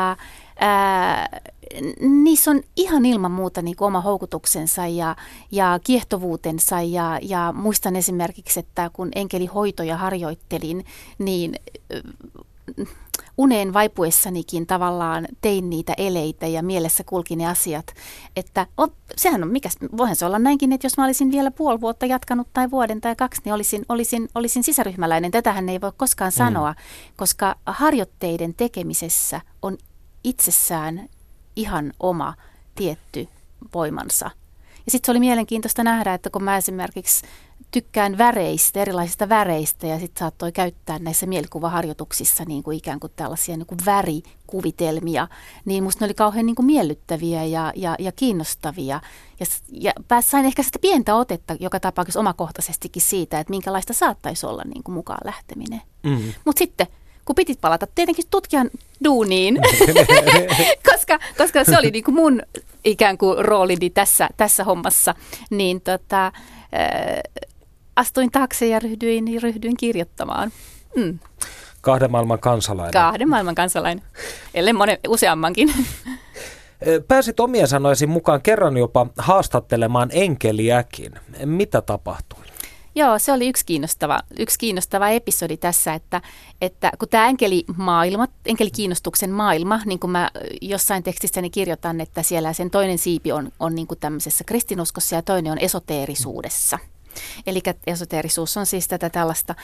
C: niissä on ihan ilman muuta niin kuin oma houkutuksensa ja kiehtovuutensa ja muistan esimerkiksi, että kun enkelihoitoja harjoittelin, niin uneen vaipuessanikin tavallaan tein niitä eleitä ja mielessä kulki ne asiat, että sehän on voihan se olla näinkin, että jos mä olisin vielä puoli vuotta jatkanut tai vuoden tai 2, niin olisin sisäryhmäläinen. Tätähän ei voi koskaan sanoa, koska harjoitteiden tekemisessä on itsessään ihan oma tietty voimansa. Ja sitten se oli mielenkiintoista nähdä, että kun mä esimerkiksi tykkään erilaisista väreistä ja sitten saattoi käyttää näissä mielikuvaharjoituksissa niin kuin ikään kuin tällaisia niin kuin värikuvitelmia, niin musta ne oli kauhean niin kuin miellyttäviä ja kiinnostavia. Ja sain ehkä sitä pientä otetta joka tapauksessa omakohtaisestikin siitä, että minkälaista saattaisi olla niin kuin mukaan lähteminen. Mutta sitten kun piti palata tietenkin tutkijan duuniin, koska se oli niin kuin mun ikään kuin roolini tässä hommassa, niin astuin taakse ja ryhdyin kirjoittamaan.
B: Kahden maailman kansalainen.
C: Kahden maailman kansalainen, ellei useammankin.
B: Pääsit omien sanojesi mukaan kerran jopa haastattelemaan enkeliäkin. Mitä tapahtui?
C: Joo, se oli yksi kiinnostava episodi tässä, että kun tämä enkelikiinnostuksen maailma, niin kuin mä jossain tekstissäni kirjoitan, että siellä sen toinen siipi on niin kuin tämmöisessä kristinuskossa ja toinen on esoteerisuudessa. Eli esoteerisuus on siis tätä tällaista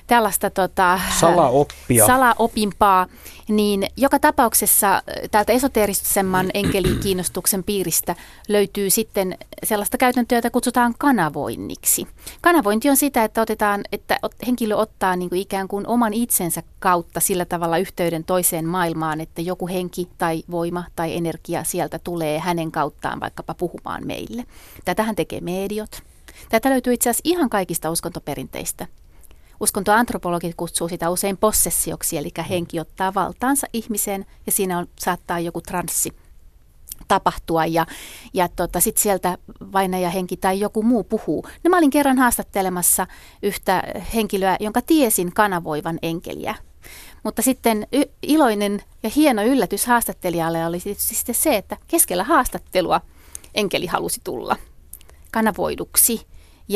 C: salaopimpaa, niin joka tapauksessa täältä esoteerisemman enkelikiinnostuksen piiristä löytyy sitten sellaista käytäntöä, jota kutsutaan kanavoinniksi. Kanavointi on sitä, että henkilö ottaa niin kuin ikään kuin oman itsensä kautta sillä tavalla yhteyden toiseen maailmaan, että joku henki tai voima tai energia sieltä tulee hänen kauttaan vaikkapa puhumaan meille. Tätähän tekee mediot. Tätä löytyy itse asiassa ihan kaikista uskontoperinteistä. Uskontoantropologit kutsuu sitä usein possessioksi, eli henki ottaa valtaansa ihmiseen ja siinä saattaa joku transsi tapahtua ja sitten sieltä vainajahenki tai joku muu puhuu. No, mä olin kerran haastattelemassa yhtä henkilöä, jonka tiesin kanavoivan enkeliä. Mutta sitten iloinen ja hieno yllätys haastattelijalle oli sitten se, että keskellä haastattelua enkeli halusi tulla kanavoiduksi.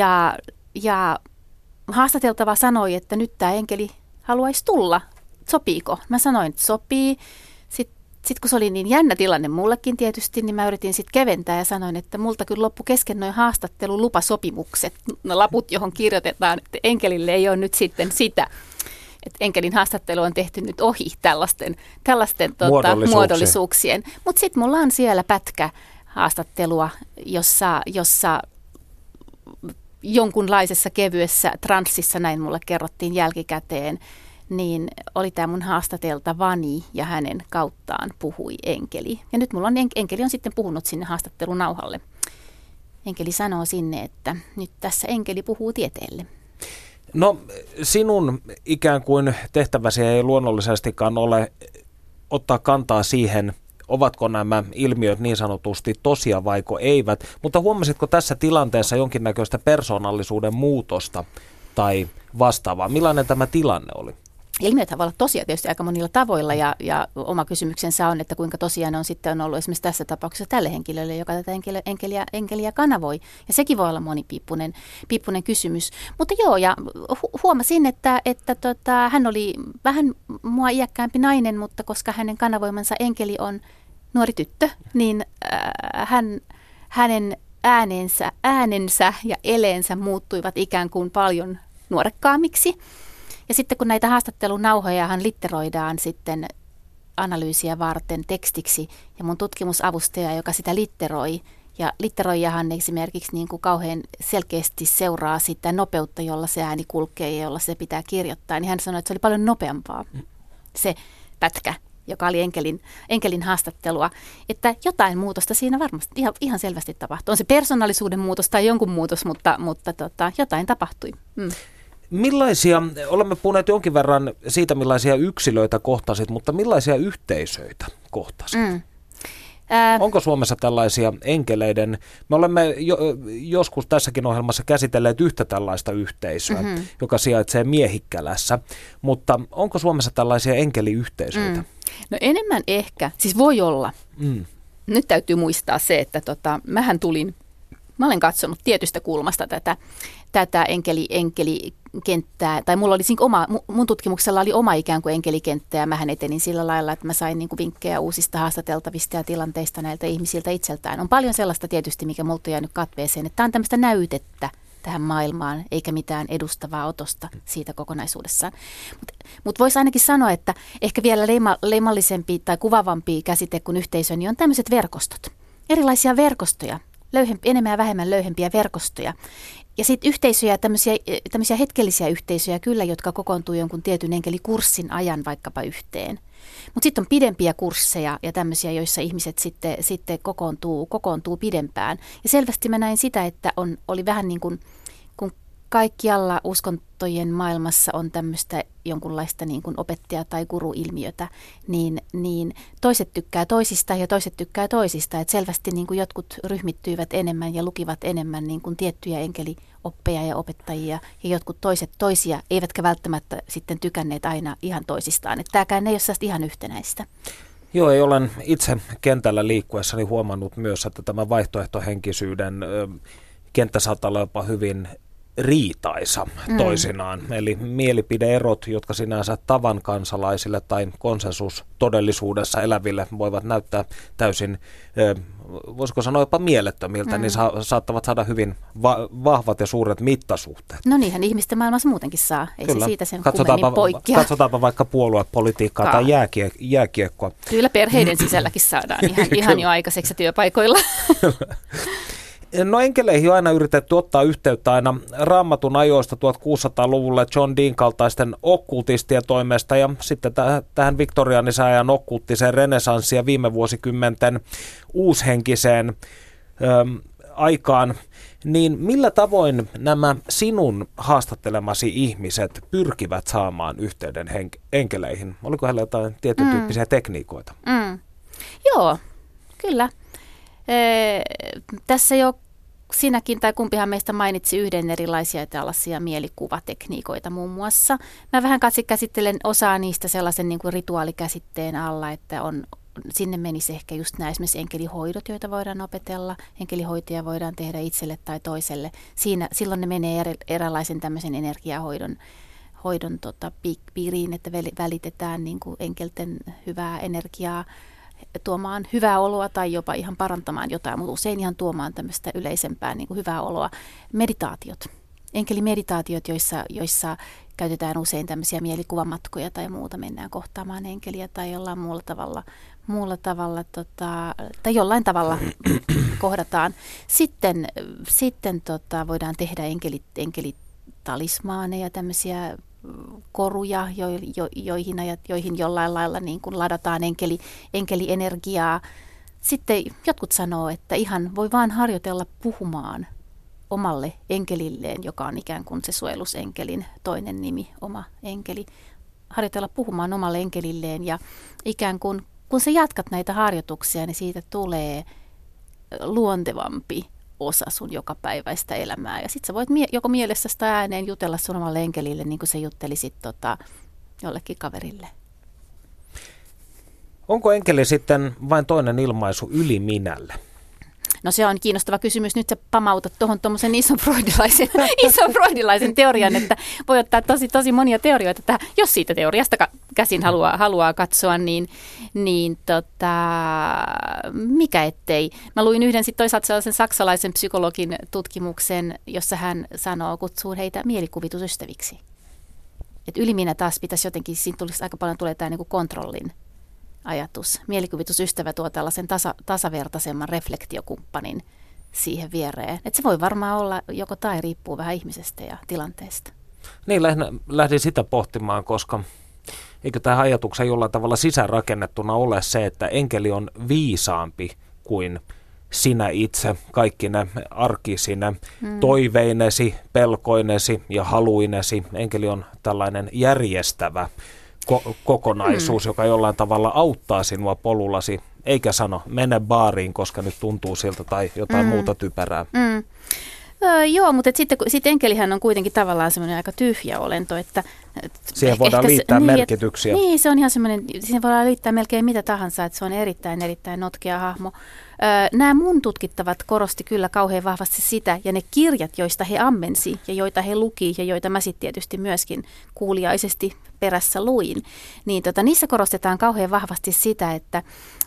C: Ja haastateltava sanoi, että nyt tämä enkeli haluaisi tulla. Sopiiko? Mä sanoin, että sopii. Sitten kun se oli niin jännä tilanne mullekin tietysti, niin mä yritin sitten keventää ja sanoin, että multa kyllä loppu kesken noin haastattelun lupasopimukset, laput, johon kirjoitetaan, että enkelille ei ole nyt sitten sitä. Että enkelin haastattelu on tehty nyt ohi tällaisten muodollisuuksien. Mutta sitten mulla on siellä pätkä haastattelua, jossa jonkunlaisessa kevyessä transsissa, näin mulle kerrottiin jälkikäteen, niin oli tämä mun haastateltavani ja hänen kauttaan puhui enkeli. Ja nyt mulla on enkeli on sitten puhunut sinne haastattelunauhalle. Enkeli sanoo sinne, että nyt tässä enkeli puhuu tieteelle.
B: No, sinun ikään kuin tehtäväsi ei luonnollisestikaan ole ottaa kantaa siihen, ovatko nämä ilmiöt niin sanotusti tosia vaiko eivät, mutta huomasitko tässä tilanteessa jonkinnäköistä persoonallisuuden muutosta tai vastaavaa? Millainen tämä tilanne oli?
C: Ilmiöt voi olla tosia tietysti aika monilla tavoilla ja oma kysymyksensä on, että kuinka tosiaan on sitten ollut esimerkiksi tässä tapauksessa tälle henkilölle, joka tätä enkeliä kanavoi. Ja sekin voi olla monipiippunen kysymys. Mutta joo, ja huomasin, että hän oli vähän mua iäkkäämpi nainen, mutta koska hänen kanavoimansa enkeli on nuori tyttö, niin hänen äänensä ja eleensä muuttuivat ikään kuin paljon nuorekkaammiksi. Ja sitten kun näitä haastattelunauhojahan litteroidaan sitten analyysiä varten tekstiksi ja mun tutkimusavustaja, joka sitä litteroi, ja litteroijahan esimerkiksi niin kuin kauhean selkeästi seuraa sitä nopeutta, jolla se ääni kulkee ja jolla se pitää kirjoittaa, niin hän sanoi, että se oli paljon nopeampaa se pätkä, joka oli enkelin haastattelua, että jotain muutosta siinä varmasti ihan selvästi tapahtui. On se persoonallisuuden muutos tai jonkun muutos, mutta jotain tapahtui.
B: Olemme puhuneet jonkin verran siitä, millaisia yksilöitä kohtasit, mutta millaisia yhteisöitä kohtasit? Onko Suomessa tällaisia enkeleiden, me olemme joskus tässäkin ohjelmassa käsitelleet yhtä tällaista yhteisöä, joka sijaitsee Miehikkälässä, mutta onko Suomessa tällaisia enkeliyhteisöitä?
C: No enemmän ehkä, siis voi olla. Nyt täytyy muistaa se, että mä olen katsonut tietystä kulmasta tätä enkelikenttää, tai mulla oli mun tutkimuksella oli oma ikään kuin enkelikenttä, ja mähän etenin sillä lailla, että mä sain niin kuin vinkkejä uusista haastateltavista ja tilanteista näiltä ihmisiltä itseltään. On paljon sellaista tietysti, mikä multa on jäänyt katveeseen, että tämä on tämmöistä näytettä tähän maailmaan, eikä mitään edustavaa otosta siitä kokonaisuudessaan. Mutta voisi ainakin sanoa, että ehkä vielä leimallisempi tai kuvaavampi käsite kuin yhteisö, niin on tämmöiset verkostot. Erilaisia verkostoja. Enemmän ja vähemmän löyhempiä verkostoja. Ja sitten yhteisöjä, tämmöisiä hetkellisiä yhteisöjä kyllä, jotka kokoontuu jonkun tietyn enkelikurssin ajan vaikkapa yhteen. Mutta sitten on pidempiä kursseja ja tämmöisiä, joissa ihmiset sitten kokoontuu pidempään. Ja selvästi mä näin sitä, että oli vähän niin kuin, kun kaikkialla uskontojen maailmassa on tämmöistä jonkunlaista niin kuin opettaja- tai guru-ilmiötä, niin toiset tykkää toisista ja toiset tykkää toisista. Et selvästi niin kuin jotkut ryhmittyivät enemmän ja lukivat enemmän niin kuin tiettyjä enkelioppeja ja opettajia, ja jotkut toisia, eivätkä välttämättä sitten tykänneet aina ihan toisistaan. Että tämäkään ei ole sellaista ihan yhtenäistä.
B: Joo, ei olen itse kentällä liikkuessani huomannut myös, että tämä vaihtoehtohenkisyyden kenttä saattaa olla jopa hyvin riitaisa toisinaan. Eli mielipide-erot, jotka sinänsä tavan kansalaisille tai konsensustodellisuudessa eläville voivat näyttää täysin, voisiko sanoa jopa mielettömiltä, niin saattavat saada hyvin vahvat ja suuret mittasuhteet.
C: No niinhän ihmisten maailmassa muutenkin saa, ei
B: Kyllä.
C: se siitä sen kummemmin poikkea.
B: Katsotaanpa vaikka puoluepolitiikkaa tai jääkiekkoa.
C: Kyllä perheiden sisälläkin saadaan ihan jo aikaiseksi työpaikoilla.
B: No enkeleihin on aina yritetty ottaa yhteyttä aina Raamatun ajoista 1600-luvulle John Dean kaltaisten okkultistien toimesta ja sitten tähän viktoriaanisen ajan okkulttiseen renesanssiin ja viime vuosikymmenten uushenkiseen aikaan. Niin millä tavoin nämä sinun haastattelemasi ihmiset pyrkivät saamaan yhteyden enkeleihin? Oliko heillä jotain tietyn tyyppisiä tekniikoita?
C: Joo, kyllä. Tässä jo sinäkin tai kumpihan meistä mainitsi yhden erilaisia tällaisia mielikuvatekniikoita muun muassa. Mä vähän käsittelen osaa niistä sellaisen niin kuin rituaalikäsitteen alla, että sinne menisi ehkä just nämä esimerkiksi enkelihoidot, joita voidaan opetella. Enkelihoitoja voidaan tehdä itselle tai toiselle. Silloin ne menee eräänlaisen tämmöisen energiahoidon piiriin, että välitetään niin kuin enkelten hyvää energiaa, tuomaan hyvää oloa tai jopa ihan parantamaan jotain, mutta usein ihan tuomaan tämmöistä yleisempää niin kuin hyvää oloa. Meditaatiot, enkelimeditaatiot, joissa käytetään usein tämmöisiä mielikuvamatkoja tai muuta, mennään kohtaamaan enkeliä tai jollain muulla tavalla tai jollain tavalla kohdataan. Sitten voidaan tehdä enkelitalismaaneja, tämmöisiä koruja, joihin jollain lailla niin kuin ladataan enkelienergiaa. Sitten jotkut sanoo, että ihan voi vaan harjoitella puhumaan omalle enkelilleen, joka on ikään kuin se suojelusenkelin toinen nimi, oma enkeli. Harjoitella puhumaan omalle enkelilleen ja ikään kuin kun sä jatkat näitä harjoituksia, niin siitä tulee luontevampi osa sun jokapäiväistä elämää. Ja sit sä voit joko mielessäsi tai ääneen jutella sun omalle enkelille, niin kuin sä juttelisit jollekin kaverille.
B: Onko enkeli sitten vain toinen ilmaisu yliminälle?
C: No se on kiinnostava kysymys. Nyt sä pamautat tuommoisen ison freudilaisen teorian, että voi ottaa tosi monia teorioita tähän. Jos siitä teoriasta käsin haluaa katsoa, niin mikä ettei. Mä luin yhden sitten toisaalta sellaisen saksalaisen psykologin tutkimuksen, jossa hän kutsuu heitä mielikuvitusystäviksi. Että yliminä taas pitäisi jotenkin, siinä tulisi aika paljon tulee tämä niin kuin kontrollin ajatus. Mielikuvitusystävä tuo tällaisen tasavertaisemman reflektiokumppanin siihen viereen. Et se voi varmaan olla joko tai, riippuu vähän ihmisestä ja tilanteesta.
B: Niin, lähdin sitä pohtimaan, koska eikö tämä ajatuksen jollain tavalla sisäänrakennettuna ole se, että enkeli on viisaampi kuin sinä itse, kaikki ne arkisine toiveinesi, pelkoinesi ja haluinesi. Enkeli on tällainen järjestävä kokonaisuus, joka jollain tavalla auttaa sinua polullasi, eikä sano, mene baariin, koska nyt tuntuu siltä tai jotain muuta typerää.
C: Joo, mutta sitten enkelihän on kuitenkin tavallaan semmoinen aika tyhjä olento, että
B: siihen voidaan liittää merkityksiä.
C: Niin, se on ihan semmoinen, siihen voidaan liittää melkein mitä tahansa, että se on erittäin notkea hahmo. Nämä mun tutkittavat korosti kyllä kauhean vahvasti sitä, ja ne kirjat, joista he ammensi ja joita he luki ja joita mä sitten tietysti myöskin kuuliaisesti perässä luin, niin niissä korostetaan kauhean vahvasti sitä, että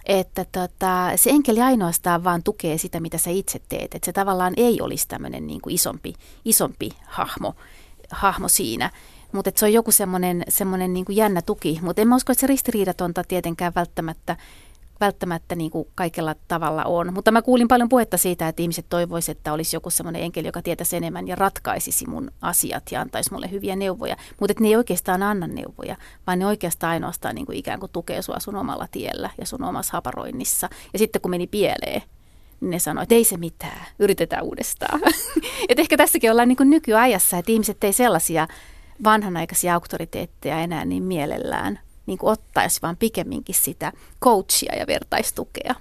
C: se enkeli ainoastaan vaan tukee sitä, mitä sä itse teet. Että se tavallaan ei olisi tämmöinen niin kuin isompi hahmo siinä. Mutta se on joku semmoinen niin kuin jännä tuki. Mutta en mä usko, että se ristiriidatonta tietenkään välttämättä niin kuin kaikella tavalla on. Mutta mä kuulin paljon puhetta siitä, että ihmiset toivoisivat, että olisi joku semmoinen enkeli, joka tietäisi enemmän ja ratkaisisi mun asiat ja antaisi mulle hyviä neuvoja. Mutta ne ei oikeastaan anna neuvoja, vaan ne oikeastaan ainoastaan niin kuin ikään kuin tukee sua sun omalla tiellä ja sun omassa haparoinnissa. Ja sitten kun meni pieleen, niin ne sanoi, että ei se mitään, yritetään uudestaan. Et ehkä tässäkin ollaan niin kuin nykyajassa, että ihmiset ei sellaisia vanhanaikaisia auktoriteetteja enää niin mielellään niin kuin ottaisi, vaan pikemminkin sitä coachia ja vertaistukea.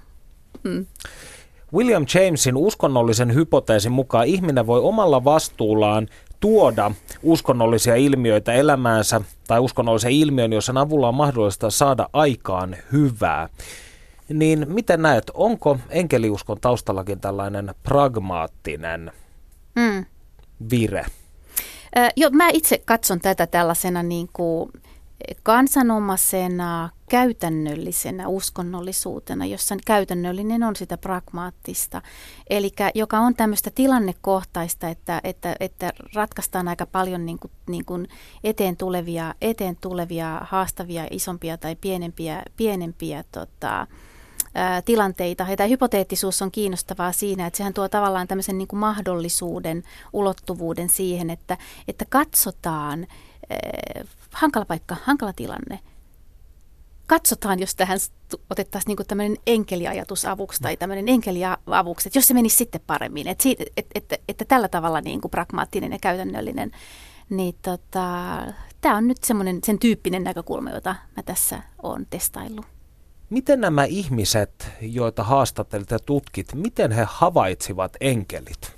B: William Jamesin uskonnollisen hypoteesin mukaan ihminen voi omalla vastuullaan tuoda uskonnollisia ilmiöitä elämäänsä tai uskonnollisen ilmiön, jossa avulla on mahdollista saada aikaan hyvää. Niin miten näet, onko enkeliuskon taustallakin tällainen pragmaattinen vire?
C: Mä itse katson tätä tällaisena niin kuin kansanomaisena, käytännöllisenä uskonnollisuutena, jossa käytännöllinen on sitä pragmaattista, eli joka on tämmöistä tilannekohtaista, että ratkaistaan aika paljon niin kuin eteen tulevia haastavia, isompia tai pienempiä tilanteita. Ja tämä hypoteettisuus on kiinnostavaa siinä, että sehän tuo tavallaan tämmöisen niin kuin mahdollisuuden, ulottuvuuden siihen, että katsotaan hankala paikka, hankala tilanne. Katsotaan, jos tähän otettaisiin niin kuin tämmöinen enkeliajatus avuksi tai tämmöinen enkeliavuksi, että jos se menisi sitten paremmin, että tällä tavalla niin kuin pragmaattinen ja käytännöllinen, niin tämä on nyt sen tyyppinen näkökulma, jota mä tässä olen testaillut.
B: Miten nämä ihmiset, joita haastattelit ja tutkit, miten he havaitsivat enkelit?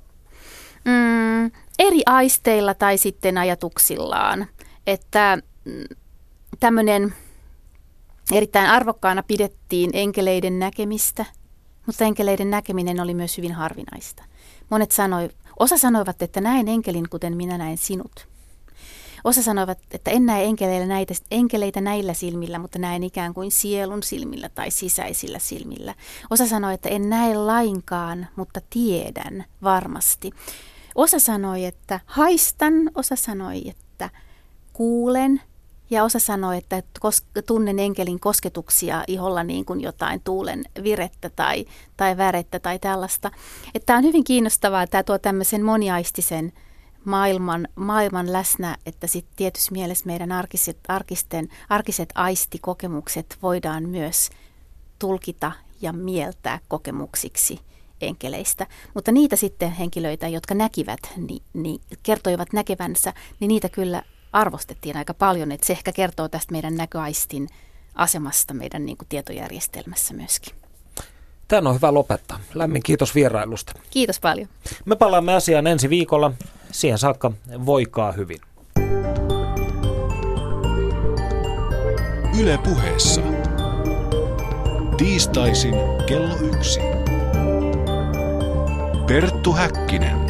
C: Eri aisteilla tai sitten ajatuksillaan, että tämmöinen erittäin arvokkaana pidettiin enkeleiden näkemistä, mutta enkeleiden näkeminen oli myös hyvin harvinaista. Osa sanoivat, että näen enkelin, kuten minä näen sinut. Osa sanoivat, että en näe enkeleitä näillä silmillä, mutta näen ikään kuin sielun silmillä tai sisäisillä silmillä. Osa sanoi, että en näe lainkaan, mutta tiedän varmasti. Osa sanoi, että haistan, osa sanoi, että kuulen ja osa sanoi, että tunnen enkelin kosketuksia iholla niin kuin jotain tuulen virettä tai värettä tai tällaista. Tämä on hyvin kiinnostavaa, että tämä tuo tämmöisen moniaistisen maailman läsnä, että sitten tietysti mielessä meidän arkiset aistikokemukset voidaan myös tulkita ja mieltää kokemuksiksi enkeleistä. Mutta niitä sitten henkilöitä, jotka näkivät, niin kertoivat näkevänsä, niin niitä kyllä arvostettiin aika paljon. Että se ehkä kertoo tästä meidän näköaistin asemasta meidän niin kuin tietojärjestelmässä myöskin.
B: Tämä on hyvä lopettaa. Lämmin kiitos vierailusta.
C: Kiitos paljon.
B: Me palaamme asiaan ensi viikolla. Siihen saakka voikaa hyvin.
A: Yle Puheessa. Tiistaisin kello 1. Perttu Häkkinen.